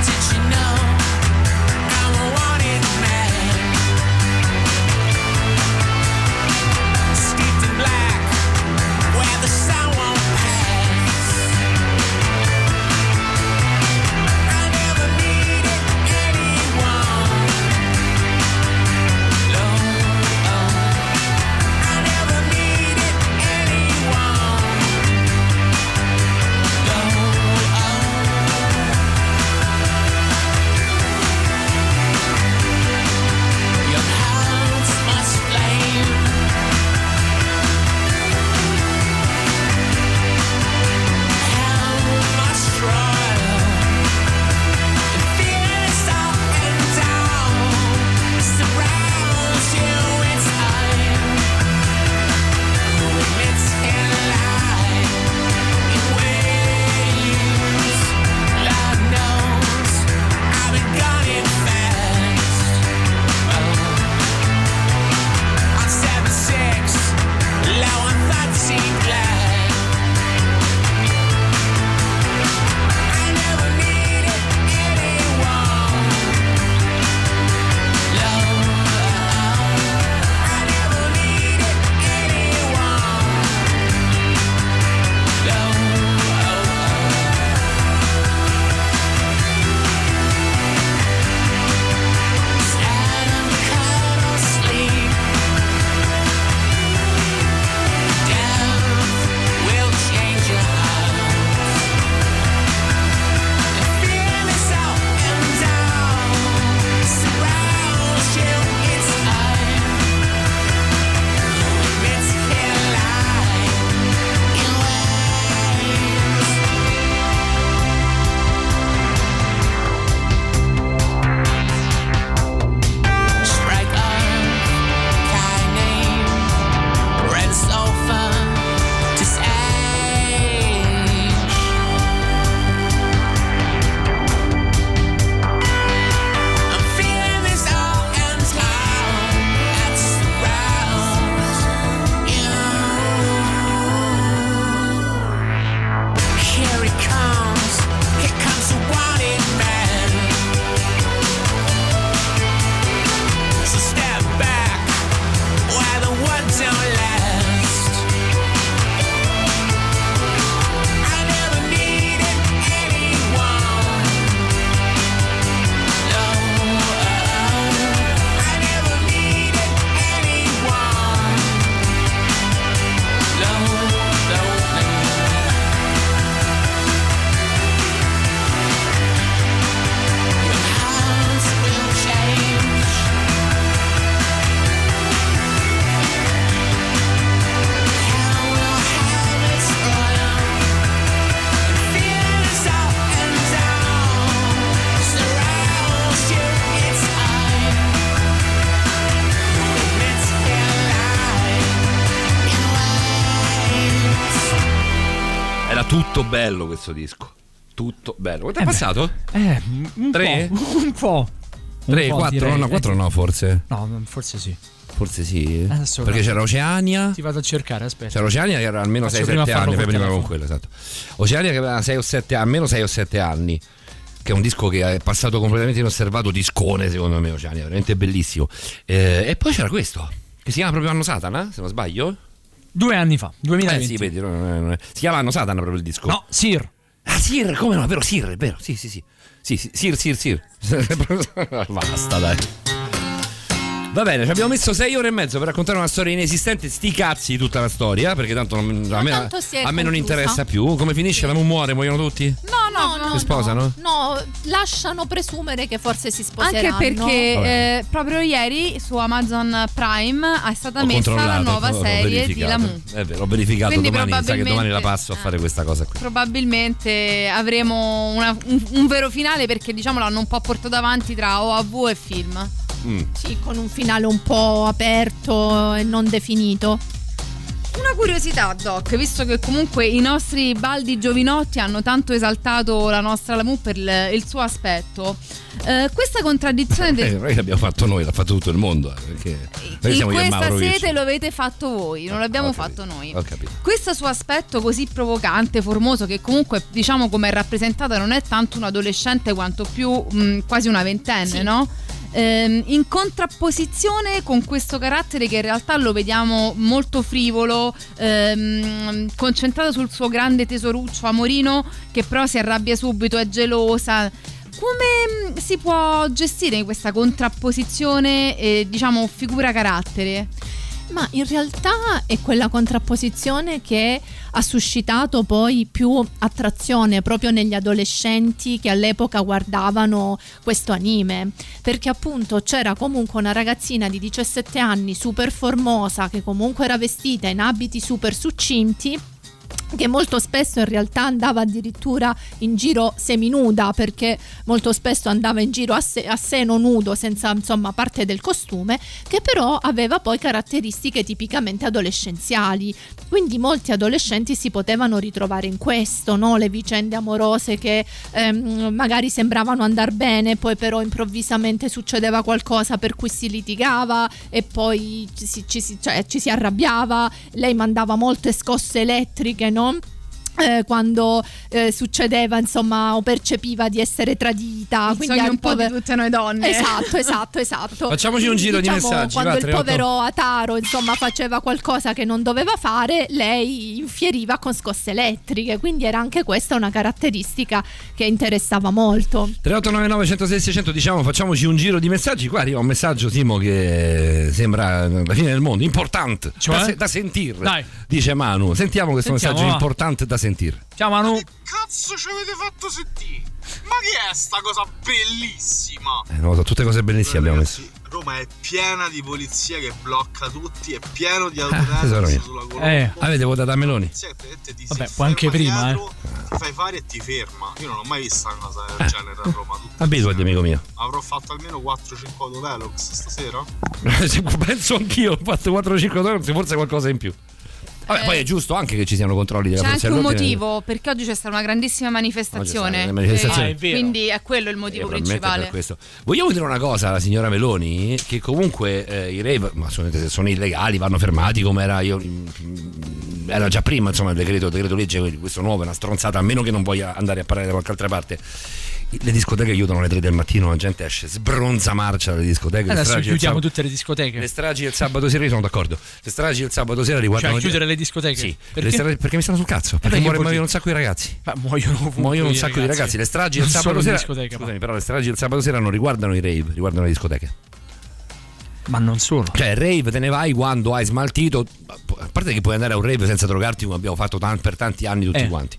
Tutto bello questo disco, tutto bello. Quanto è Eh beh. passato? Eh, un Tre? po', un po'. Un tre, po', quattro? direi. No, quattro no, forse. No, forse sì. Forse sì. Adesso Perché guarda. c'era Oceania. Ti vado a cercare, aspetta. C'era Oceania che era almeno Faccio sei prima sette farlo anni, col poi prima con telefono. quello, esatto. Oceania che aveva sei o sette, almeno sei o sette anni. Che è un disco che è passato completamente inosservato, discone secondo me Oceania, veramente bellissimo. Eh, e poi c'era questo, che si chiama proprio Anno Satana, se non sbaglio. Due anni fa, Eh duemilaventi. sì, vedi, non è- non è- si chiama Anno Satana proprio il disco. No, Sir. Ah, Sir, come no, è vero, Sir, è vero, sì, sì, sì. Sì, sì, Sir, Sir, Sir. Basta, dai. Va bene, ci abbiamo messo sei ore e mezzo per raccontare una storia inesistente. Sti cazzi di tutta la storia, perché tanto non- a me, tanto si è a me non conclusa. interessa più. Come finisce? La Mu muore, muoiono tutti? No, no, No, no, Si sposano? No, no, lasciano presumere che forse si sposeranno. Anche perché Vabbè. eh, proprio ieri su Amazon Prime è stata Ho messa la controllato, nuova l'ho serie di verificato. Lamu. È vero, ho verificato. Quindi Domani, sa che domani la probabilmente- passo a fare questa cosa qui. Probabilmente avremo una- un, un vero finale, perché diciamo l'hanno un po' portato avanti tra O A V e film. Mm. Sì, con un finale un po' aperto e non definito. Una una curiosità, Doc, visto che comunque i nostri baldi giovinotti hanno tanto esaltato la nostra Lamu per il, il suo aspetto. Eh, questa contraddizione del... eh, non è che abbiamo fatto noi, l'ha fatto tutto il mondo, eh, perché noi in siamo io e questa Maurovic. sete lo avete fatto voi, non l'abbiamo Ho fatto capito, noi. ho capito. Questo suo aspetto così provocante, formoso, che comunque diciamo come è rappresentata non è tanto un adolescente quanto più mh, quasi una ventenne, Sì. no? Ehm, in contrapposizione con questo carattere che in realtà lo vediamo molto frivolo, ehm, concentrato sul suo grande tesoruccio amorino, che però si arrabbia subito, è gelosa. Come si può gestire questa contrapposizione, eh, diciamo, figura-carattere? Ma in realtà è quella contrapposizione che ha suscitato poi più attrazione proprio negli adolescenti che all'epoca guardavano questo anime, perché appunto c'era comunque una ragazzina di diciassette anni super formosa che comunque era vestita in abiti super succinti, che molto spesso in realtà andava addirittura in giro seminuda, perché molto spesso andava in giro a, se- a seno nudo senza insomma parte del costume, che però aveva poi caratteristiche tipicamente adolescenziali, quindi molti adolescenti si potevano ritrovare in questo, no? Le vicende amorose che ehm, magari sembravano andar bene, poi però improvvisamente succedeva qualcosa per cui si litigava e poi ci si, ci si, cioè, ci si arrabbiava, lei mandava molte scosse elettriche, no? Eh, quando eh, succedeva insomma o percepiva di essere tradita, Il quindi sogno al un po' pover- di tutte noi donne. esatto esatto esatto Facciamoci un giro di Diciamo, messaggi, quando va, il tre otto povero Ataro insomma faceva qualcosa che non doveva fare, lei infieriva con scosse elettriche, quindi era anche questa una caratteristica che interessava molto. tre otto nove nove uno zero sei sei zero zero, diciamo, facciamoci un giro di messaggi. Qua arriva un messaggio, Simo, che sembra la fine del mondo, importante, Cioè? da, se- da sentire. Dai. Dice Manu, sentiamo questo Sentiamo, messaggio va. importante da sentire. Ciao Manu. Che cazzo ci avete fatto sentire? Ma che è sta cosa bellissima? Eh, non lo so, tutte cose bellissime abbiamo messo. Ragazzi, Roma è piena di polizia che blocca tutti, è pieno di tesoro autotex mio. sulla colonna. Eh. Avete votato a Meloni? Sì, te- te ti Vabbè, si può anche ferma prima, dietro, Ti fai fare e ti ferma. Io non ho mai visto una cosa del Eh. genere a Roma. tutte Abituati, insieme. amico mio. Avrò fatto almeno quattro cinque autovelox stasera. Penso anch'io, ho fatto quattro cinque ore, forse qualcosa in più. Vabbè, Eh. poi è giusto anche che ci siano controlli della C'è polizia anche un dell'ordine. motivo, perché oggi c'è stata una grandissima manifestazione. Oggi c'è stata una manifestazione. Eh, Ah, è vero. quindi è quello il motivo Eh, probabilmente principale. per questo. Vogliamo dire una cosa alla signora Meloni, che comunque eh, i rave, ma sono, sono illegali, vanno fermati come era io era già prima, insomma, il decreto, il decreto legge, questo nuovo è una stronzata, a meno che non voglia andare a parlare da qualche altra parte. Le discoteche chiudono alle tre del mattino, la gente esce sbronza marcia dalle discoteche. Le Adesso stragi del chiudiamo sab- tutte le discoteche. Le stragi del sabato sera, io sono d'accordo. Le stragi del sabato sera riguardano. Cioè chiudere le discoteche? Sì, Perché? le stragi- perché mi stanno sul cazzo. Perché perché muoiono così? un sacco di ragazzi. Ma muoiono ovunque Muoiono un i sacco di ragazzi. Le stragi del Non sabato solo in sera. discoteca, Scusami, però le stragi del sabato sera non riguardano i rave, riguardano le discoteche. ma non solo. Cioè, rave te ne vai quando hai smaltito. A parte che puoi andare a un rave senza drogarti, come abbiamo fatto tan- per tanti anni tutti Eh. quanti.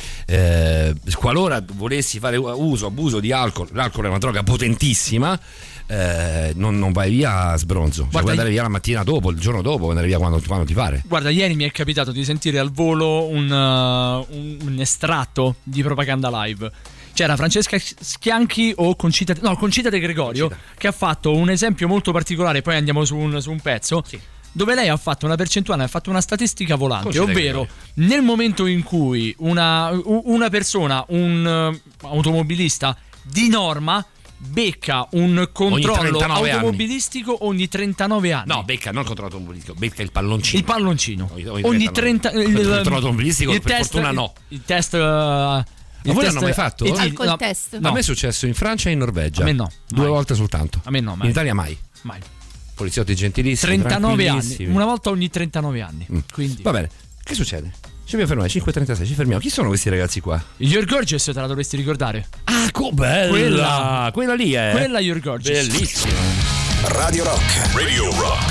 Eh, qualora volessi fare uso, abuso di alcol, l'alcol è una droga potentissima. Eh, non, non vai via a sbronzo, cioè, Guarda, puoi andare via la mattina dopo, il giorno dopo, puoi andare via quando, quando ti pare. Guarda, ieri mi è capitato di sentire al volo un, uh, un, un estratto di Propaganda Live. C'era Francesca Schianchi o Concita, no, Concita De Gregorio, Concita. che ha fatto un esempio molto particolare. Poi andiamo su un, su un pezzo. Sì. Dove lei ha fatto una percentuale, ha fatto una statistica volante, Concita De ovvero nel momento in cui una, una persona, un uh, automobilista di norma becca un controllo trentanove anni. automobilistico ogni trentanove anni. No, becca non il controllo automobilistico, becca il palloncino. Il palloncino. Ogni- ogni ogni trenta, trenta no. il, Il controllo automobilistico, il per test, fortuna no. Il, il test uh, Ma voi l'hanno mai fatto? eti- Alcol no, test. no. A me è successo in Francia e in Norvegia. A me no, Due mai. volte soltanto. A me no, mai. In Italia mai. Mai. Poliziotti gentilissimi. trentanove anni, tranquillissimi. una volta ogni trentanove anni. Mm. Quindi Va bene, che succede? Ci dobbiamo fermare, cinque e trentasei, ci fermiamo. Chi sono questi ragazzi qua? Your Gorgeous te la dovresti ricordare. Ah, co bella! Quella. Quella lì è. Quella Your Gorgeous. Bellissima. Radio Rock. Radio Rock.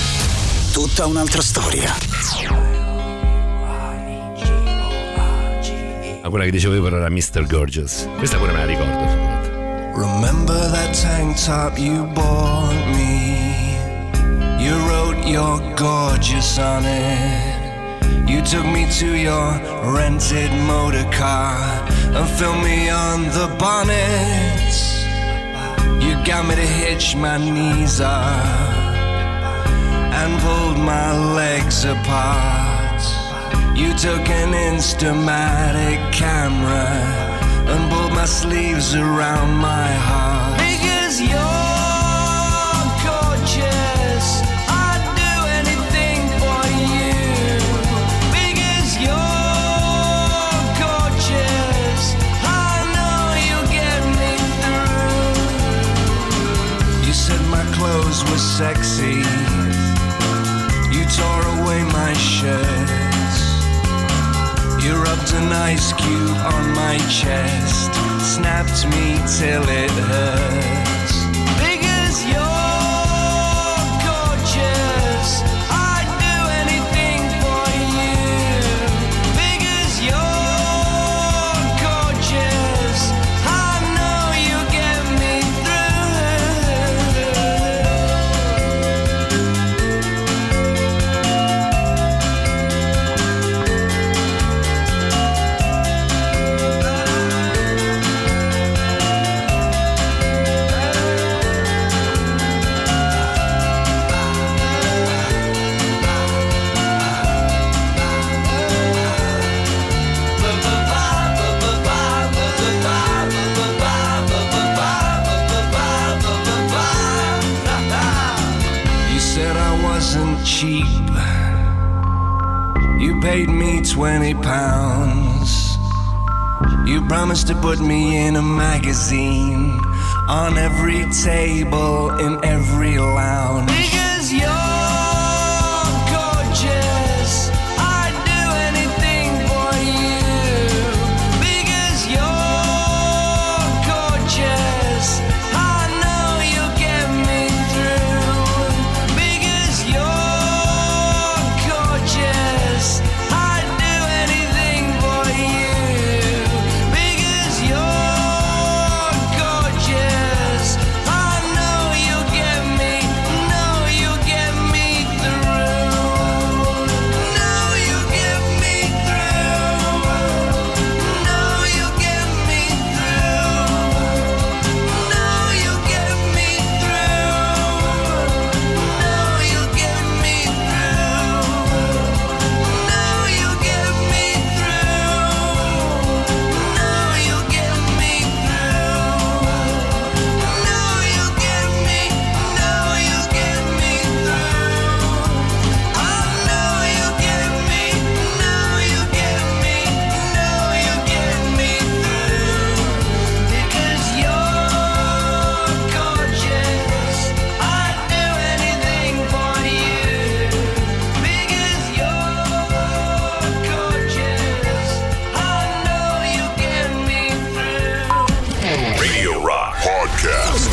Tutta un'altra storia. Ma quella che dicevo io però era mister Gorgeous. Questa pure me la ricordo. Remember that tank top you bought me? You wrote you're gorgeous on it. You took me to your rented motor car and filmed me on the bonnet. You got me to hitch my knees up and pulled my legs apart. You took an Instamatic camera and pulled my sleeves around my heart. Because you're gorgeous, I'd do anything for you. Because you're gorgeous, I know you'll get me through. You said my clothes were sexy. You tore away my shirts. You rubbed an ice cube on my chest, snapped me till it hurts. Because you're gorgeous, I'd do anything for you. Because you're gorgeous, I know you get me cheap. You paid me twenty pounds. You promised to put me in a magazine, on every table, in every lounge. Because you're gorgeous, I'd do anything for you. Because you're gorgeous, I know you'll get me through. Because you're gorgeous, I'd do anything for you. Because you're gorgeous, I know you'll get me, know you'll get me through. Know you'll get me through. Know you'll get me through. Know you'll get me through. Know you'll get me through. Know you'll get me through. Know you'll get me through. Know you'll get me, know you'll get me through. I know you'll get me, know you'll get me, know you'll get me through. Because you're gorgeous, I'd do anything for you. Because you're gorgeous, I know you'll get me through. Radio Rock Podcast.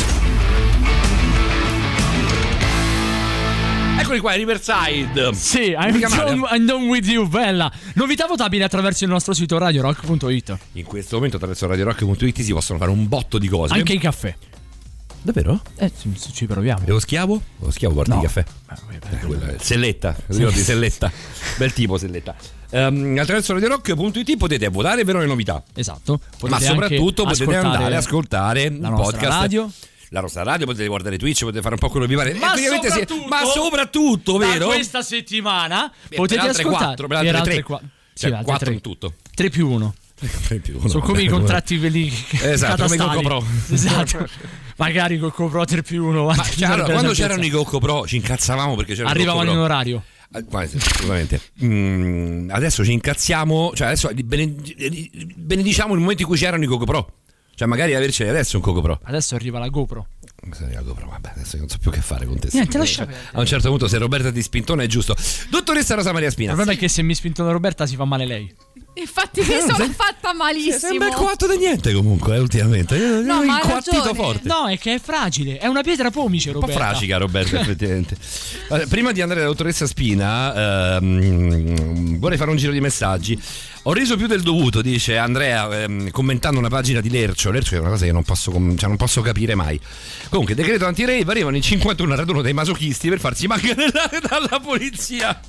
Eccoli qua, Riverside. Sì, I'm Mica male. done, I'm done with you, bella. Novità votabili attraverso il nostro sito radio rock punto it. In questo momento attraverso radio rock punto it si possono fare un botto di cose. Anche i caffè. Davvero? Eh, ci- ci proviamo. E lo schiavo? Lo schiavo porta No. il caffè. Eh, Eh, quella è- Selletta, ricordi Selletta. Bel tipo Selletta. Ehm, attraverso radio rock punto it potete votare vero le novità. Esatto. Ma Potete soprattutto anche potete ascoltare andare a ascoltare la un nostra podcast. radio. La nostra radio, potete guardare Twitch, potete fare un po' quello che vi pare. Ma E praticamente sì, soprattutto, ma soprattutto, vero? Da questa settimana Beh, potete per altre ascoltare quattro, per altre tre. qua- sì, Cioè, altre quattro tre. in tutto. tre più uno. tre più uno, Sono come i vabbè, contratti quelli Esatto, come i catastali. Coco Pro. Esatto. Magari Coco Pro tre più uno. Ma cioè, allora, quando c'erano i Coco Pro ci incazzavamo perché c'erano arrivavano i in Coco Pro. orario. Ah, guarda, assolutamente. Mm, adesso ci incazziamo, cioè adesso bened- benediciamo il momento in cui c'erano i Coco Pro. Cioè magari averceli adesso un Coco Pro. Adesso arriva la GoPro. La GoPro, vabbè, adesso io non so più che fare con te. Niente, lascia A un certo punto se Roberta ti spintona è giusto. Dottoressa Rosa Maria Spina. Il problema è che se mi spintono Roberta si fa male lei. Infatti mi sono fatta malissimo. Sembra il coatto da niente comunque, eh, ultimamente. Io No, io ma ha inquattito ragione. forte. No, è che è fragile. È una pietra pomice, Un po' Roberta. fracica Roberta effettivamente. Allora, prima di andare alla dottoressa Spina ehm, vorrei fare un giro di messaggi. Ho reso più del dovuto, dice Andrea, ehm, commentando una pagina di Lercio. Lercio è una cosa che non posso, com- cioè non posso capire mai. Comunque, decreto anti-rave, arrivano in cinquantuno al raduno dei masochisti per farsi manganellare dalla polizia.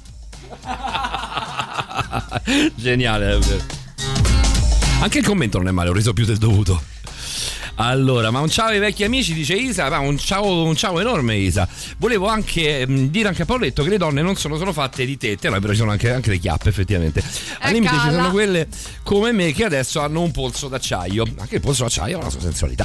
Geniale, davvero. Anche il commento non è male, ho reso più del dovuto. Allora, ma un ciao ai vecchi amici, dice Isa, ma un ciao, un ciao enorme Isa. Volevo anche mh, dire anche a Paoletto che le donne non sono solo fatte di tette, no, però ci sono anche, anche le chiappe effettivamente. Al limite ci sono quelle come me che adesso hanno un polso d'acciaio. Anche il polso d'acciaio ha una sua sensualità.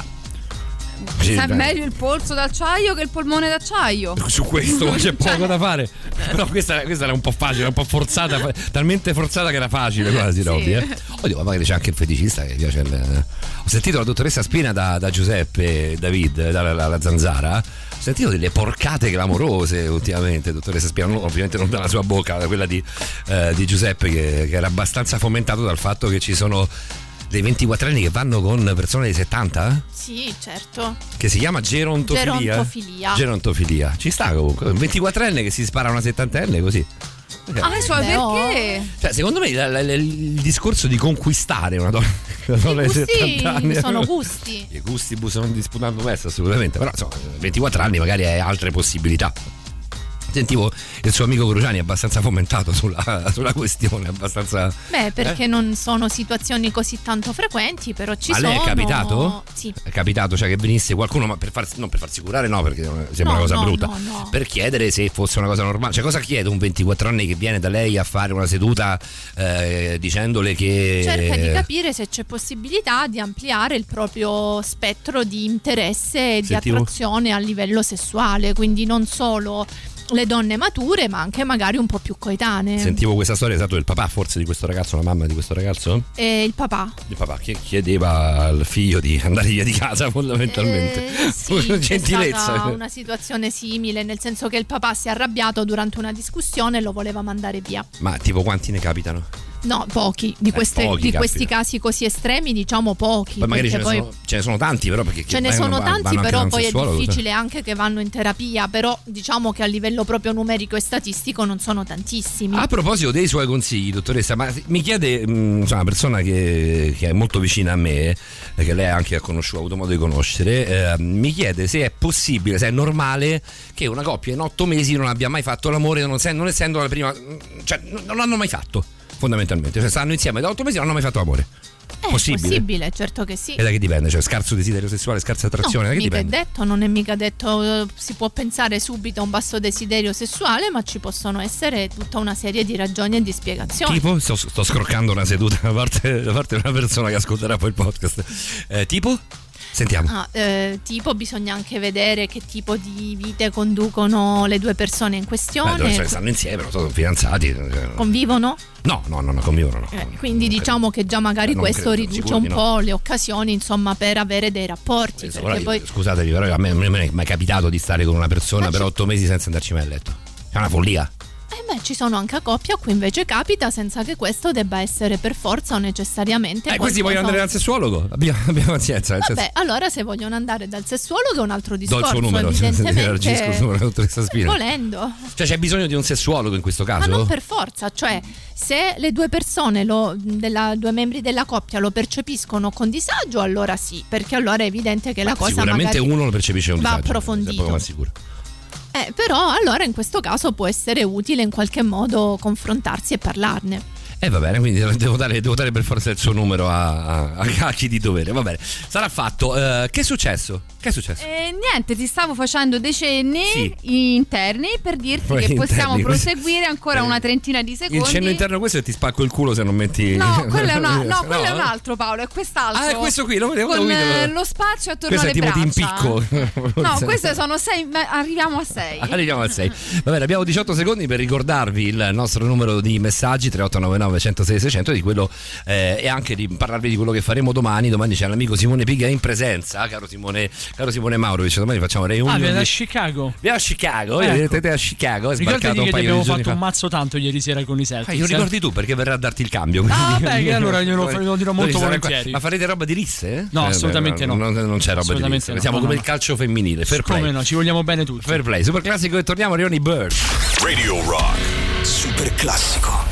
Sì, è meglio il polso d'acciaio che il polmone d'acciaio. Su questo c'è poco Cioè. da fare. Però questa, questa era un po' facile, un po' forzata, talmente forzata che era facile quasi, Sì. Robby. Eh. Oddio, ma magari c'è anche il feticista che piace il... Ho sentito la dottoressa Spina da, da Giuseppe David, dalla Zanzara. Ho sentito delle porcate clamorose ultimamente, dottoressa Spina, non, ovviamente non dalla sua bocca, da quella di, eh, di Giuseppe, che, che era abbastanza fomentato dal fatto che ci sono dei ventiquattrenni che vanno con persone di settanta? Sì, certo. Che si chiama gerontofilia. Gerontofilia. Gerontofilia. Ci sta comunque. Un ventiquattrenne che si spara a una settantenne così. Ah, so perché? Cioè, secondo me il, il, il discorso di conquistare una donna, una donna di settanta anni sono gusti. I gusti sono disputando questo assolutamente. Però insomma, ventiquattro anni magari hai altre possibilità. Sentivo il suo amico Cruciani abbastanza fomentato sulla, sulla questione, abbastanza. Beh, perché eh? non sono situazioni così tanto frequenti, però ci ma sono. A lei è capitato? Sì. È capitato, cioè che venisse qualcuno, ma per farsi, non per farsi curare, no, perché sembra No, una cosa no, brutta. no, no. Per chiedere se fosse una cosa normale. Cioè, cosa chiede un ventiquattrenne che viene da lei a fare una seduta eh, dicendole che. Cerca di capire se c'è possibilità di ampliare il proprio spettro di interesse e di Sentivo. attrazione a livello sessuale, quindi non solo le donne mature, ma anche magari un po' più coetanee. Sentivo questa storia, esatto, del papà forse di questo ragazzo, la mamma di questo ragazzo? E il papà. Il papà che chiedeva al figlio di andare via di casa fondamentalmente. Eh, sì, c'è gentilezza. stata una situazione simile, nel senso che il papà si è arrabbiato durante una discussione e lo voleva mandare via. Ma tipo quanti ne capitano? No, pochi. Di, queste, pochi, di capita. questi casi così estremi, diciamo pochi. Poi magari ce perché ne, poi sono, ce ne sono tanti, però perché ce ne vanno- sono vanno tanti, anche però da un poi è sessuologo, difficile anche che vanno in terapia. Però diciamo che a livello proprio numerico e statistico non sono tantissimi. A proposito dei suoi consigli, dottoressa, ma mi chiede mh, insomma, una persona che, che è molto vicina a me, eh, che lei anche ha conosciuto, ha avuto modo di conoscere, eh, mi chiede se è possibile, se è normale che una coppia in otto mesi non abbia mai fatto l'amore, non, essendo, non essendo la prima, cioè non l'hanno mai fatto, fondamentalmente, cioè stanno insieme da otto mesi e non hanno mai fatto l'amore. È possibile? possibile, certo che sì. E da che dipende? Cioè scarso desiderio sessuale, scarsa attrazione, No, da che mica è dipende? detto, non è mica detto, eh, si può pensare subito a un basso desiderio sessuale, ma ci possono essere tutta una serie di ragioni e di spiegazioni. Tipo? Sto, sto scroccando una seduta da parte, da parte di una persona che ascolterà poi il podcast. Eh, tipo? Sentiamo. Ah, eh, tipo bisogna anche vedere che tipo di vite conducono le due persone in Beh, questione. dove cioè, stanno insieme, non so, sono fidanzati. cioè, Convivono? No, no, no, no, convivono no. Eh, quindi diciamo che già magari non questo credo, riduce sicuro un di no. po' le occasioni, insomma, per avere dei rapporti. Ora Perché io- poi Scusatevi, però a me non è mai capitato di stare con una persona Ma per ci- otto mesi senza andarci mai a letto. È una follia. Eh beh, ci sono anche coppie a cui invece capita senza che questo debba essere per forza o necessariamente. Eh, questi vogliono andare dal sessuologo? Abbiamo, abbiamo pazienza. nel Vabbè, senso- allora se vogliono andare dal sessuologo è un altro Do il discorso. suo numero, evidentemente, elargisco il numero, dottoressa Spina. volendo. Cioè c'è bisogno di un sessuologo in questo Ma caso? non per forza, cioè se le due persone, lo, della, due membri della coppia lo percepiscono con disagio, allora sì, perché allora è evidente che la cosa Sicuramente magari uno lo percepisce un va disagio, approfondito. sei poco ma sicuro. Eh, però allora in questo caso può essere utile in qualche modo confrontarsi e parlarne. E eh, va bene, quindi devo dare, devo dare per forza il suo numero a, a, a chi di dovere. Va bene, sarà fatto. Uh, che è successo? Che è successo? E niente, ti stavo facendo dei cenni Sì. interni per dirti Poi che possiamo interni, questo- proseguire ancora Eh, una trentina di secondi. Il cenno interno questo è ti spacco il culo se non metti. No, quello è, una- no, quello è un No? altro, Paolo, è quest'altro. Ah, è questo qui, lo vedevo. Con lo vedevo. eh, lo spazio attorno Questo è alle tipo ti braccia. impicco. No, queste sono sei, ma arriviamo a sei. Arriviamo al sei. Va bene, abbiamo diciotto secondi per ricordarvi il nostro numero di messaggi tre otto nove nove uno zero sei sei zero zero di quello eh, e anche di parlarvi di quello che faremo domani. Domani c'è l'amico Simone Piga in presenza, caro Simone, caro Simone Maurovic. Domani facciamo reunion. Ah, viene da di- Chicago. Viene a Chicago, Ecco. vedete te a Chicago, è sbarcato Ricordati un che ti paio abbiamo di giorni fatto fa. un mazzo tanto ieri sera con i Celtics. Ah, io eh. ricordi tu perché verrà a darti il cambio. Ah, quindi- beh, che allora glielo- Dove- glielo dirò molto dove sarà volentieri. qua? Ma farete roba di risse? eh? No, Eh, assolutamente no. no. Non, non c'è roba di Assolutamente risse. no, Siamo no, come no. il calcio femminile. Fair play. Come no, ci vogliamo bene tutti. Fair play. Super classico e torniamo a Leoni Bird. Radio Rock. Super classico.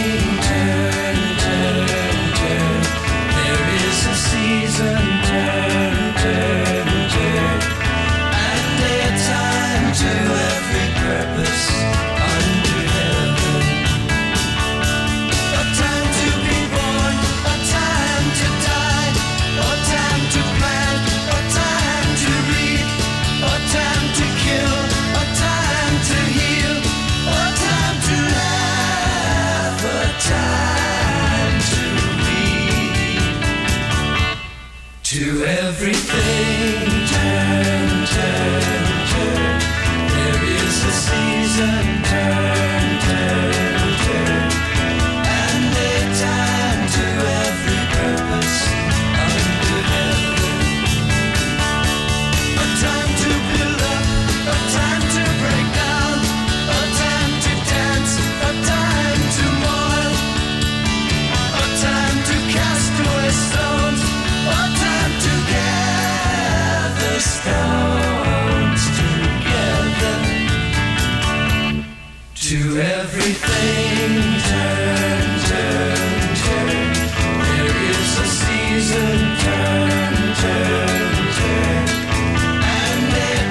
There is a season turn.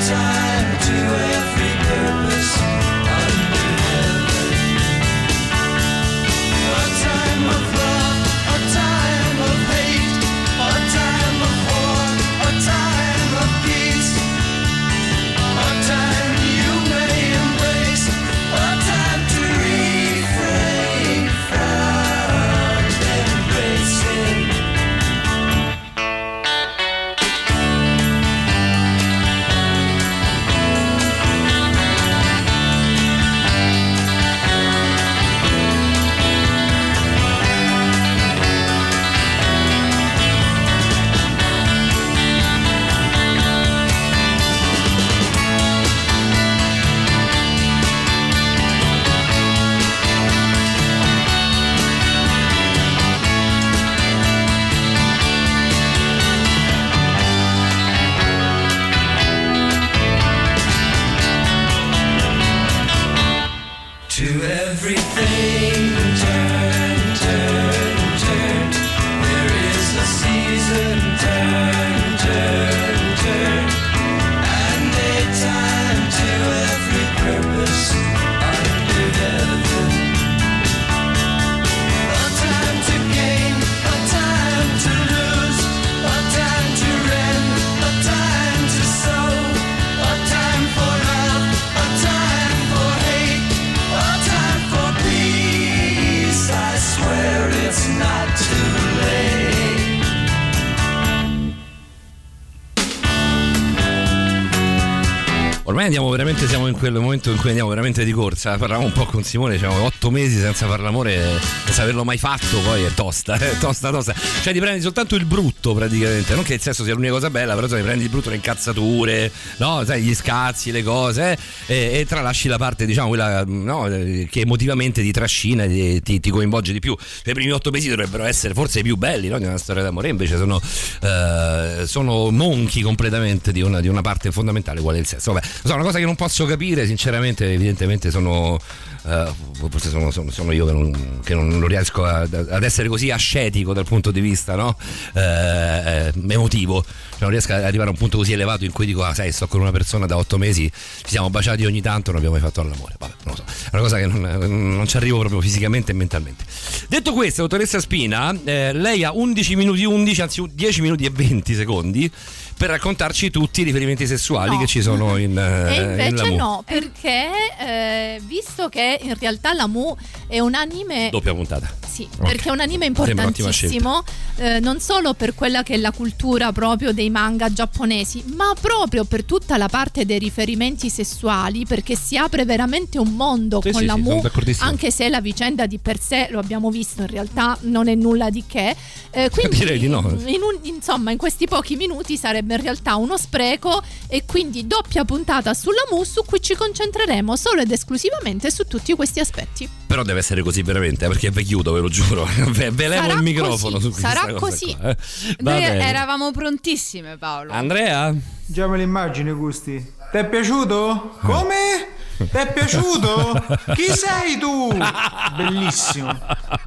time to every purpose under heaven. A time of love, a time of hate, a time of war, a time of peace, a time you may embrace, a time to refrain from embracing. To everything turn, turn, turn. There is a season, turn, turn, turn. And a time to every purpose under heaven. A time to gain, a time to lose, a time to rend, a time to sow, a time for love, a time for hate, a time for peace. I swear it's not too late. Ormai andiamo veramente, siamo in quel momento in cui andiamo veramente di corsa. Parlavamo un po' con Simone, diciamo otto mesi senza fare l'amore, senza averlo mai fatto, poi è tosta, è tosta, tosta. Cioè ti prendi soltanto il brutto praticamente, non che il sesso sia l'unica cosa bella, però ti prendi il brutto, le incazzature, no, sai, gli scazzi, le cose, eh, e, e tralasci la parte, diciamo, quella, no, che emotivamente ti trascina e ti, ti coinvolge di più. Cioè, i primi otto mesi dovrebbero essere forse i più belli, no, di una storia d'amore, invece sono, eh, sono monchi completamente di una, di una parte fondamentale, qual è il sesso. Vabbè, so, una cosa che non posso capire, sinceramente, evidentemente sono uh, forse sono, sono, sono io che non, che non riesco a, ad essere così ascetico dal punto di vista, no? eh, emotivo, cioè, non riesco ad arrivare a un punto così elevato in cui dico, ah, sai, sto con una persona da otto mesi, ci siamo baciati ogni tanto, non abbiamo mai fatto l'amore. Vabbè, non lo so, è una cosa che non, non ci arrivo proprio fisicamente e mentalmente. Detto questo, dottoressa Spina, eh, lei ha undici minuti undici, anzi dieci minuti e venti secondi per raccontarci tutti i riferimenti sessuali no. che ci sono in eh, E invece in no, perché eh, visto che in realtà la Mu è un anime doppia puntata. Sì, Okay. perché è un anime Sembra un'ottima importantissimo, eh, non solo per quella che è la cultura proprio dei manga giapponesi, ma proprio per tutta la parte dei riferimenti sessuali, perché si apre veramente un mondo Sì, con sì, la sì, sono Mu, d'accordissimo. anche se la vicenda di per sé, lo abbiamo visto, in realtà non è nulla di che. Eh, quindi Direi di no. in un- insomma, in questi pochi minuti sarebbe in realtà uno spreco, e quindi doppia puntata sulla Mu, su cui ci concentreremo solo ed esclusivamente su tutti questi aspetti. Però deve essere così veramente, eh, perché ve chiudo, ve lo giuro. Ve, ve levo Sarà il microfono così, su questa sarà cosa così. qua, eh. Va Noi bene. eravamo prontissime, Paolo. Andrea? Già me l'immagini, Gusti. Ti è piaciuto? Come? Ti è piaciuto? Chi sei tu? Bellissimo.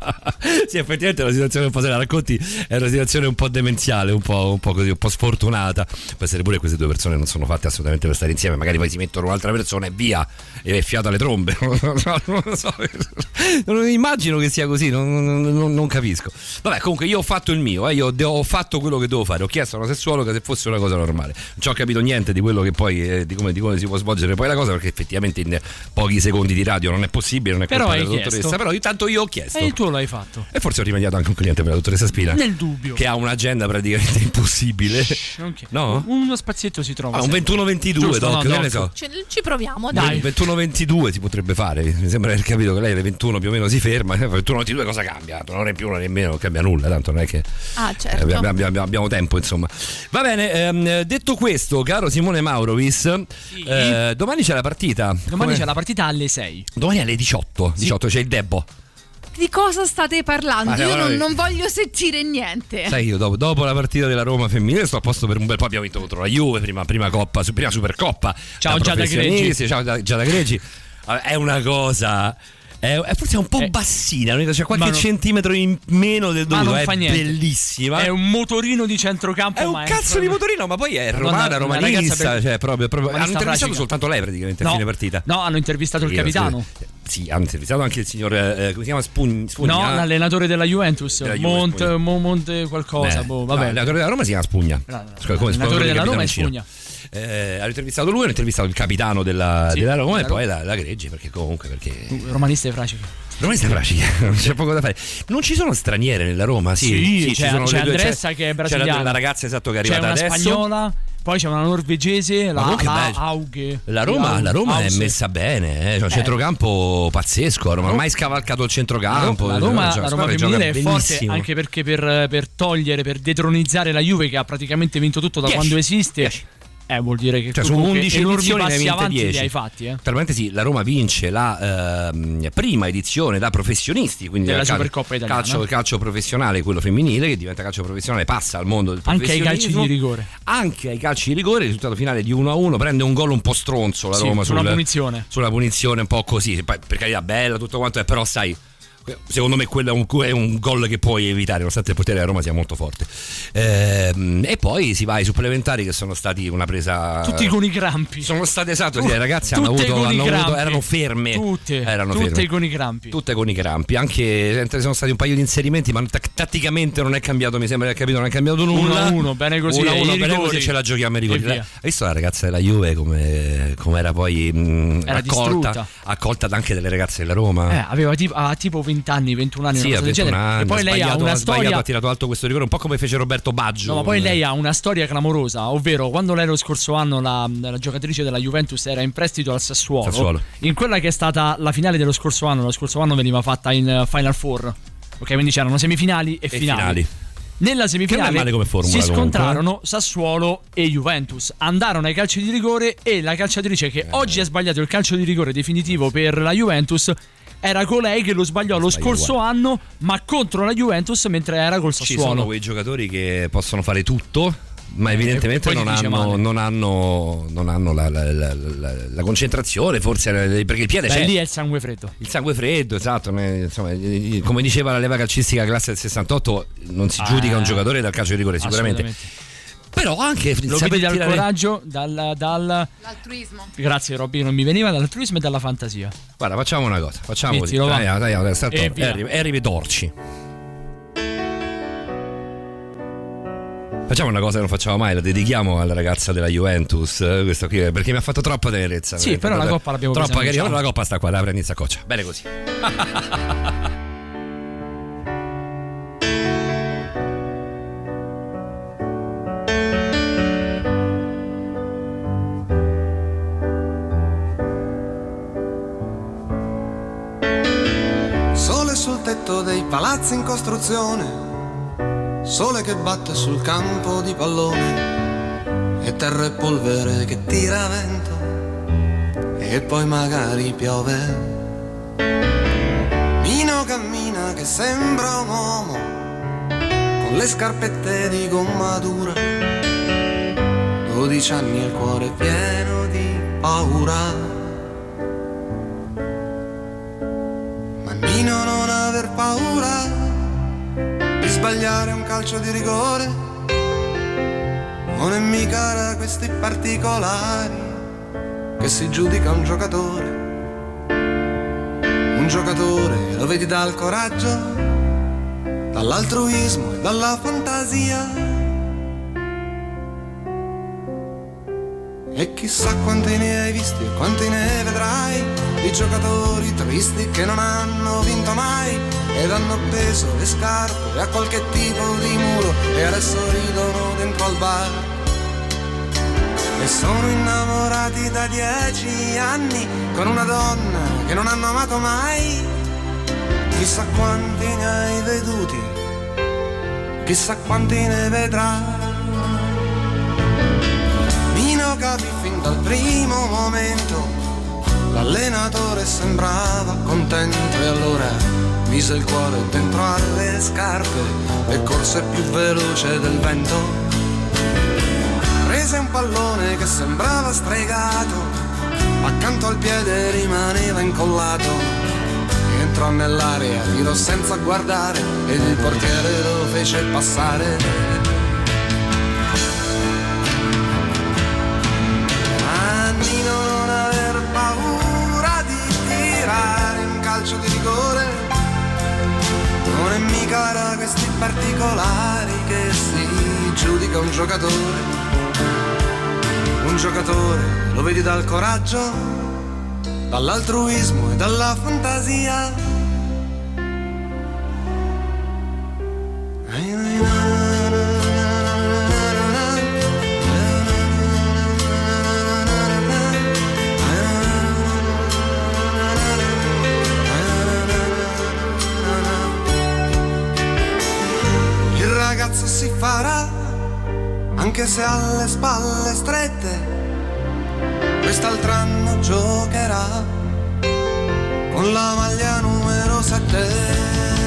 Sì, effettivamente la situazione un po', se la racconti, è una situazione un po' demenziale, un po', un po' così, un po' sfortunata. Può essere pure che queste due persone non sono fatte assolutamente per stare insieme, magari poi si mettono un'altra persona e via, e è fiato alle trombe. Non lo so, non lo so. Non immagino che sia così, non, non- non capisco. Vabbè, comunque io ho fatto il mio, eh, io de- ho fatto quello che devo fare, ho chiesto a una sessuologa se fosse una cosa normale. Non ci ho capito niente di quello che poi, eh, di, come, di come si può svolgere poi la cosa, perché effettivamente in pochi secondi di radio non è possibile, non è Però colpa hai della chiesto. dottoressa, però intanto io ho chiesto. E il tuo l'hai fatto. E forse ho rimediato anche un cliente per la dottoressa Spina, Nel dubbio. che ha un'agenda praticamente impossibile. Ok. No? Uno spazietto si trova. Ah, un sempre. ventuno ventidue, Giusto, doc, no, che ne doc. so. Ci, ci proviamo, Dai. dai. ventuno ventidue si potrebbe fare. Mi sembra aver capito che lei alle ventuno più o meno si ferma. ventuno ventidue cosa cambia? Un'ora in più, un'ora in meno, non cambia nulla. Tanto non è che Ah, eh, certo. abbiamo, abbiamo- abbiamo tempo, insomma. Va bene, ehm, detto questo, caro Simone Maurovis, eh, domani c'è la partita. Domani Come- c'è la partita alle sei. Domani alle diciotto. diciotto c'è il Debbo. Di cosa state parlando? Ma Io allora- non, non voglio sentire niente. Sai, io dopo, dopo la partita della Roma femminile sto a posto per un bel po'. Abbiamo vinto contro la Juve, prima, prima Coppa, prima Supercoppa. Ciao, da Giada professionisti, Gregi. Ciao Giada Gregi. Vabbè, è una cosa È, è forse un po' È- bassina, c'è qualche Ma non- centimetro in meno del Ma dovuto. non È fa niente. bellissima. È un motorino di centrocampo. È un ma cazzo di motorino, ma poi è Madonna, romana, una romanista. ragazza Cioè, proprio, proprio- hanno romanista intervistato fragica. soltanto lei praticamente a No, fine partita. no, hanno intervistato il Io, capitano. Sì, sì, hanno intervistato anche il signor. Eh, come si chiama? Spugn, Spugna? No, l'allenatore della Juventus, Della Juve, Monte, Spugna. Mo- Monte qualcosa. Eh, boh, no, vabbè. l'allenatore della Roma si chiama Spugna. No, no, Scusa, come- l'allenatore come il della Roma è capitano Spugna. Eh, hanno intervistato lui, hanno intervistato il capitano della, Sì, della Roma e della poi la, la Greggi, perché comunque perché Romaniste fragiche. Romanista fragica, non c'è poco da fare. Non ci sono straniere nella Roma, sì, Sì, sì, c'è- ci sono c'è le due- Andressa c'è- che è c'è brasiliana. la, la ragazza esatto che è C'è arrivata una adesso. spagnola, poi c'è una norvegese, la, comunque la bello. Auge. La Roma, la Roma è Auge. messa bene, eh. C'è un centrocampo pazzesco. La Roma ha mai scavalcato il centrocampo. La Roma, Gioca- la Roma gioca femminile è forte benissimo. anche perché per, per togliere, per detronizzare la Juve che ha praticamente vinto tutto da Dieci. quando esiste. Dieci. Eh, vuol dire che Cioè, tu su comunque undici enormi edizioni ne hai passi vinte avanti li dieci. hai fatti, eh. Tra parentesi, la Roma vince la ehm, prima edizione da professionisti, quindi Della al cal- Supercoppa italiana. calcio, calcio professionale, quello femminile, che diventa calcio professionale, passa al mondo del Anche ai professionismo. calci di rigore. Anche ai calci di rigore, risultato finale di uno a uno, prende un gol un po' stronzo la Sì, Roma sulla sul- punizione. sulla punizione un po' così, poi, per carità bella tutto quanto è, però sai, secondo me quello è un, è un gol che puoi evitare nonostante il portiere della Roma sia molto forte. Ehm, e poi si va ai supplementari che sono stati una presa Tutti con i crampi. sono state esatto, sì, le ragazze hanno Tutte avuto, con i hanno avuto crampi. erano ferme. Tutte, erano tutte ferme. con i crampi. Tutte con i crampi, anche ci sono stati un paio di inserimenti, ma t- tatticamente non è cambiato, mi sembra che capito, non è cambiato nulla. uno a uno, bene così, uno a e uno, i bene rigori. così ce la giochiamo ai rigori. E via. Hai visto la ragazza della Juve come, come era poi mh, Era accolta, distrutta. accolta anche dalle ragazze della Roma. Eh, aveva tipo, ha tipo venti anni, ventuno anni, Sì, una a cosa del ventuno genere. anni, E poi ha lei ha sbagliato, una ha sbagliato, storia. ha tirato alto questo rigore, un po' come fece Roberto Baggio. No, ma poi lei ha una storia clamorosa, ovvero quando lei lo scorso anno la, la giocatrice della Juventus era in prestito al Sassuolo, Sassuolo. in quella che è stata la finale dello scorso anno, lo scorso anno veniva fatta in uh, Final Four, ok, quindi c'erano semifinali e, E finali. finali. Nella Che non semifinale è male come formula, si comunque. scontrarono Sassuolo e Juventus, andarono ai calci di rigore e la calciatrice che oggi ha sbagliato il calcio di rigore definitivo per la Juventus era colei che lo sbagliò lo Sbaglio scorso anno, ma contro la Juventus mentre era col Ci Sassuolo. sono quei giocatori che possono fare tutto, ma Eh, evidentemente poi non ti dice hanno, male. non hanno, non hanno la, la- la- la- la concentrazione, forse perché il piede Beh, c'è. lì è il sangue freddo. Il sangue freddo, esatto. ne- Insomma, eh, come diceva la leva calcistica classe del sessantotto, non si giudica Ah, un giocatore dal calcio di rigore, sicuramente. Assolutamente. Però anche Lo saper vedi dal tirare- coraggio, dal, dal L'altruismo. grazie Robby, non mi veniva, dall'altruismo e dalla fantasia. Guarda, facciamo una cosa, facciamo così. Mettilo, va. Dai, dai, dai, sta E attorno. via. E arrivi- e arrivederci. Facciamo una cosa che non facciamo mai, la dedichiamo alla ragazza della Juventus, eh, questo qui, perché mi ha fatto troppa tenerezza. Sì, Mi ha però fatto- la coppa l'abbiamo troppa presa noi, carina, ciao. però la coppa sta qua, la prendi in saccoccia. Bene così. Sole sul tetto dei palazzi in costruzione, sole che batte sul campo di pallone, e terra e polvere che tira vento, e poi magari piove. Nino cammina che sembra un uomo, con le scarpette di gomma dura, dodici anni e il cuore pieno di paura. Nino, non aver paura di sbagliare un calcio di rigore, non è mica da questi particolari che si giudica un giocatore. Un giocatore lo vedi dal coraggio, dall'altruismo e dalla fantasia. E chissà quanti ne hai visti e quanti ne vedrai, di giocatori tristi che non hanno vinto mai ed hanno appeso le scarpe a qualche tipo di muro e adesso ridono dentro al bar. E sono innamorati da dieci anni con una donna che non hanno amato mai. Chissà quanti ne hai veduti, chissà quanti ne vedrai. Nino capì fin dal primo momento, l'allenatore sembrava contento e allora mise il cuore dentro alle scarpe e corse più veloce del vento. Prese un pallone che sembrava stregato, accanto al piede rimaneva incollato entrò nell'area, tirò senza guardare e il portiere lo fece passare. Ma Nino non aver paura di tirare un calcio di rigore, non è mica da questi particolari che si giudica un giocatore. Un giocatore lo vedi dal coraggio, dall'altruismo e dalla fantasia. Il ragazzo si farà anche se ha le spalle strette, quest'altro anno giocherà con la maglia numero sette.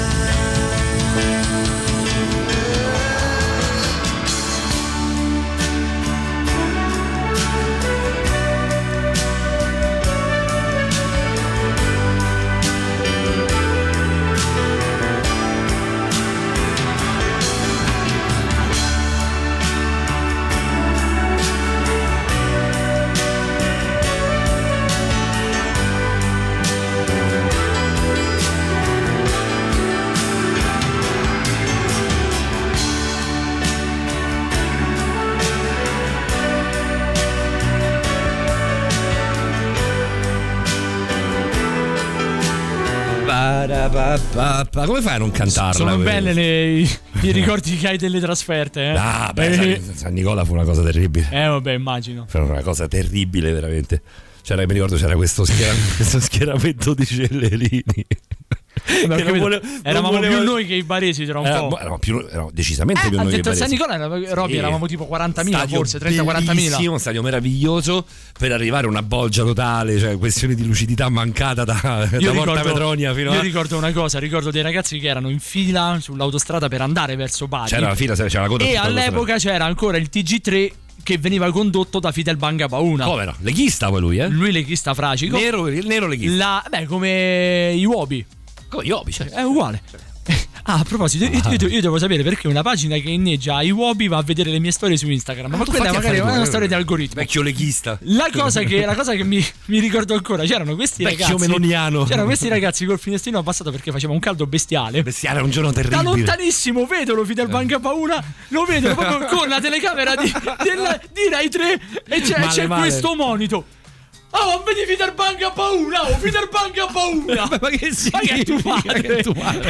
Come fai a non cantarla? Sono belle le, i ricordi che hai delle trasferte, eh? Ah, beh, eh. San Nicola fu una cosa terribile. Eh, vabbè, immagino. Fu una cosa terribile, veramente. C'era, mi ricordo, c'era questo, schiera, questo schieramento di Cellerini. Beh, non vole, eravamo non voleva... più noi che i baresi, c'era un era, po'. Eravamo, più, eravamo decisamente eh, più noi che i baresi. San Nicola era, Roby, sì. Eravamo tipo quarantamila, stadio forse trenta quarantamila. Bellissimo, stadio meraviglioso per arrivare a una bolgia totale, cioè questione di lucidità mancata da, da ricordo, Porta Petronia fino io a... Io ricordo una cosa, ricordo dei ragazzi che erano in fila sull'autostrada per andare verso Bari. C'era la fila, c'era la coda. E all'epoca c'era ancora il T G tre che veniva condotto da Fidel Banga Pauna. Come no? Leghista poi lui, eh? Lui leghista fracico. Nero, il nero leghista. La, beh, come i Uobi. Come Iobi, cioè. È uguale. Ah, a proposito, io, io, io devo sapere perché una pagina che inneggia i Uobi va a vedere le mie storie su Instagram. Ma, ma quella magari è una storia di algoritmo. Vecchio leghista. La cosa che, la cosa che mi, mi ricordo ancora, c'erano questi Vecchio ragazzi. meloniano. C'erano questi ragazzi col finestrino abbassato perché faceva un caldo bestiale. Bestiale, un giorno terribile. Da lontanissimo vedono Fidel Banga Pauna, lo vedono proprio con la telecamera di, della, di Rai tre e c'è, male, c'è male. questo monito. Oh, vedi Peter Banga paura! Oh, Peter Banga paura! Ma, ma che sì? Ma che è tuo padre? Che è tuo padre?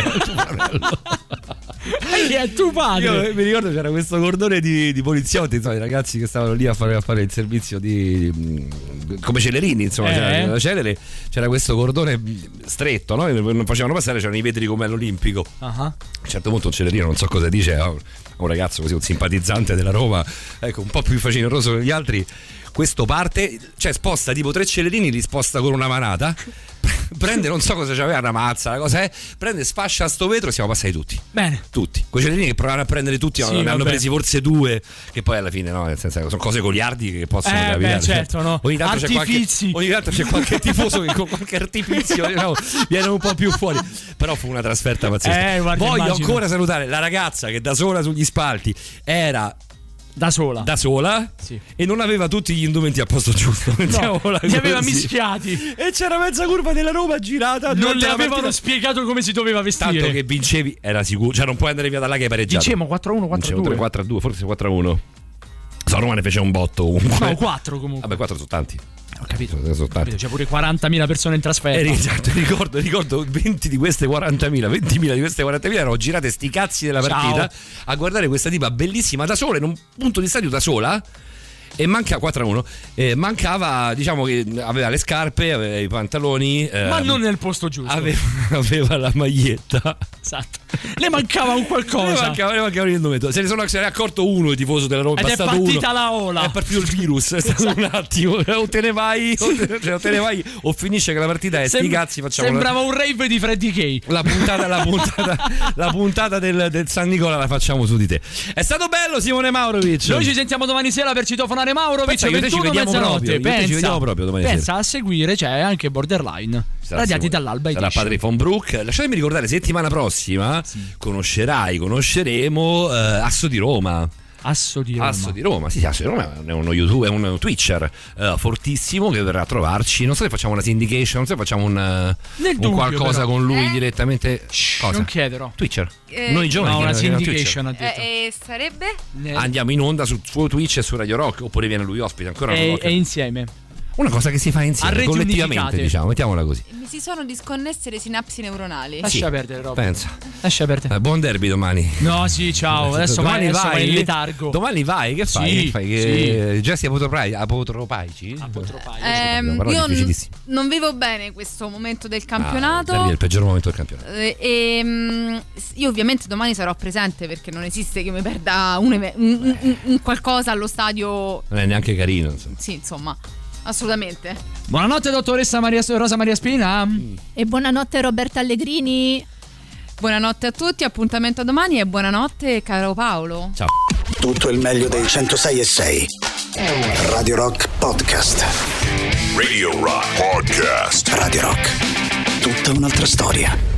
Che è tuo padre? Io mi ricordo c'era questo cordone di, di poliziotti, insomma, i ragazzi che stavano lì a fare, a fare il servizio di come Cellerini, insomma, eh. c'era la Celere, c'era questo cordone stretto, no? Non facevano passare, c'erano i vetri come all'Olimpico. Uh-huh. A un certo punto un Cellerino, non so cosa dice, a un ragazzo così, un simpatizzante della Roma, ecco, un po' più facineroso degli altri. Questo parte, cioè sposta tipo tre Cellerini, li sposta con una manata, prende, non so cosa c'aveva, una mazza, la cosa è, prende, sfascia sto vetro e siamo passati tutti. Bene. Tutti. Quei Cellerini che provavano a prendere tutti, sì, ne vabbè. hanno presi forse due, che poi alla fine, no, nel senso, sono cose goliardi che possono eh, capitare. Beh, certo, no. Ogni tanto c'è qualche, ogni tanto c'è qualche tifoso che con qualche artifizio no, viene un po' più fuori. Però fu una trasferta pazzesca. Eh, guarda, Voglio immagino. ancora salutare la ragazza che da sola sugli spalti era Da sola. Da sola? Sì. E non aveva tutti gli indumenti a posto giusto. No, li aveva mischiati. E c'era mezza curva della Roma girata. Non le avevano spiegato come si doveva vestire. Tanto che vincevi, era sicuro. Cioè non puoi andare via da là che hai pareggiato. Dicevamo quattro a uno, quattro a due. quattro a due, forse quattro a uno. So, Roma ne fece un botto comunque. No, quattro comunque. Vabbè, quattro sono tanti. Ho capito, sono tanti. C'è pure quarantamila persone in trasferta. Eh, esatto, ricordo, ricordo venti di queste quarantamila, ventimila di queste quarantamila erano girate sti cazzi della partita. Ciao. A guardare questa tipa bellissima da sola in un punto di stadio da sola. E manca quattro a uno. Eh, mancava, diciamo che aveva le scarpe, aveva i pantaloni, eh, ma non nel posto giusto. Aveva, aveva la maglietta. Esatto. Le mancava un qualcosa. Le mancava, le mancava il momento. Se ne sono se ne è accorto uno il tifoso della Roma. Ed è partita uno. la ola. È partito il virus. È stato esatto. un attimo. O te ne vai, o te, cioè, o te ne vai, o finisce che la partita è Sem- sti cazzi. Facciamo sembrava la... un rave di Freddie Kay. La puntata, la puntata, la puntata del, del San Nicola la facciamo su di te. È stato bello, Simone Maurovic. Noi ci sentiamo domani sera per citofonare Maurovic. Pensa, ventuno, ci vediamo proprio. Pensa, ci vediamo proprio domani pensa sera. a seguire, c'è cioè, anche Borderline. Sarà Radiati Simone. dall'alba Sarà edition. Patrick von Broek. Lasciatemi ricordare, settimana prossima conoscerai, conosceremo eh, Asso di Roma. Asso di Roma. Asso di Roma, sì, sì, Asso di Roma è uno YouTube, è un Twitcher uh, fortissimo che verrà a trovarci. Non so se facciamo una syndication, non so se facciamo un, Nel un dubbio, qualcosa però. con lui Eh? direttamente. Cosa? Non chiederò. Twitcher. Eh, Noi giovani No, una chiediamo- syndication ha Eh, detto. e sarebbe? Ne- Andiamo in onda su suo Twitch e su Radio Rock, oppure viene lui ospite ancora non e, l'ho e capito. insieme. Una cosa che si fa A insieme, reti collettivamente, unificate. diciamo, mettiamola così. Mi si sono disconnesse le sinapsi neuronali. Lascia perdere, Rob. Pensa. Lascia perdere. Eh, buon derby domani. No, sì, ciao. Adesso vai, adesso vai in letargo. Domani vai, che fai? Sì, Che fai? Che... Jesse apotropaici? Apotropaici? Ehm, Parole io n- difficilissime. non vivo bene questo momento del Ah, campionato. il derby è il peggior momento del campionato. Eh, ehm, io ovviamente domani sarò presente perché non esiste che mi perda un, eve- un- un- un qualcosa allo stadio. Non è neanche carino, insomma. Sì, insomma, assolutamente. Buonanotte, dottoressa Maria, Rosa Maria Spina. E buonanotte Roberta Allegrini. Buonanotte a tutti, appuntamento a domani e buonanotte caro Paolo. Ciao. Tutto il meglio dei centosei e sei. Radio Rock Podcast. Radio Rock Podcast. Radio Rock. Tutta un'altra storia.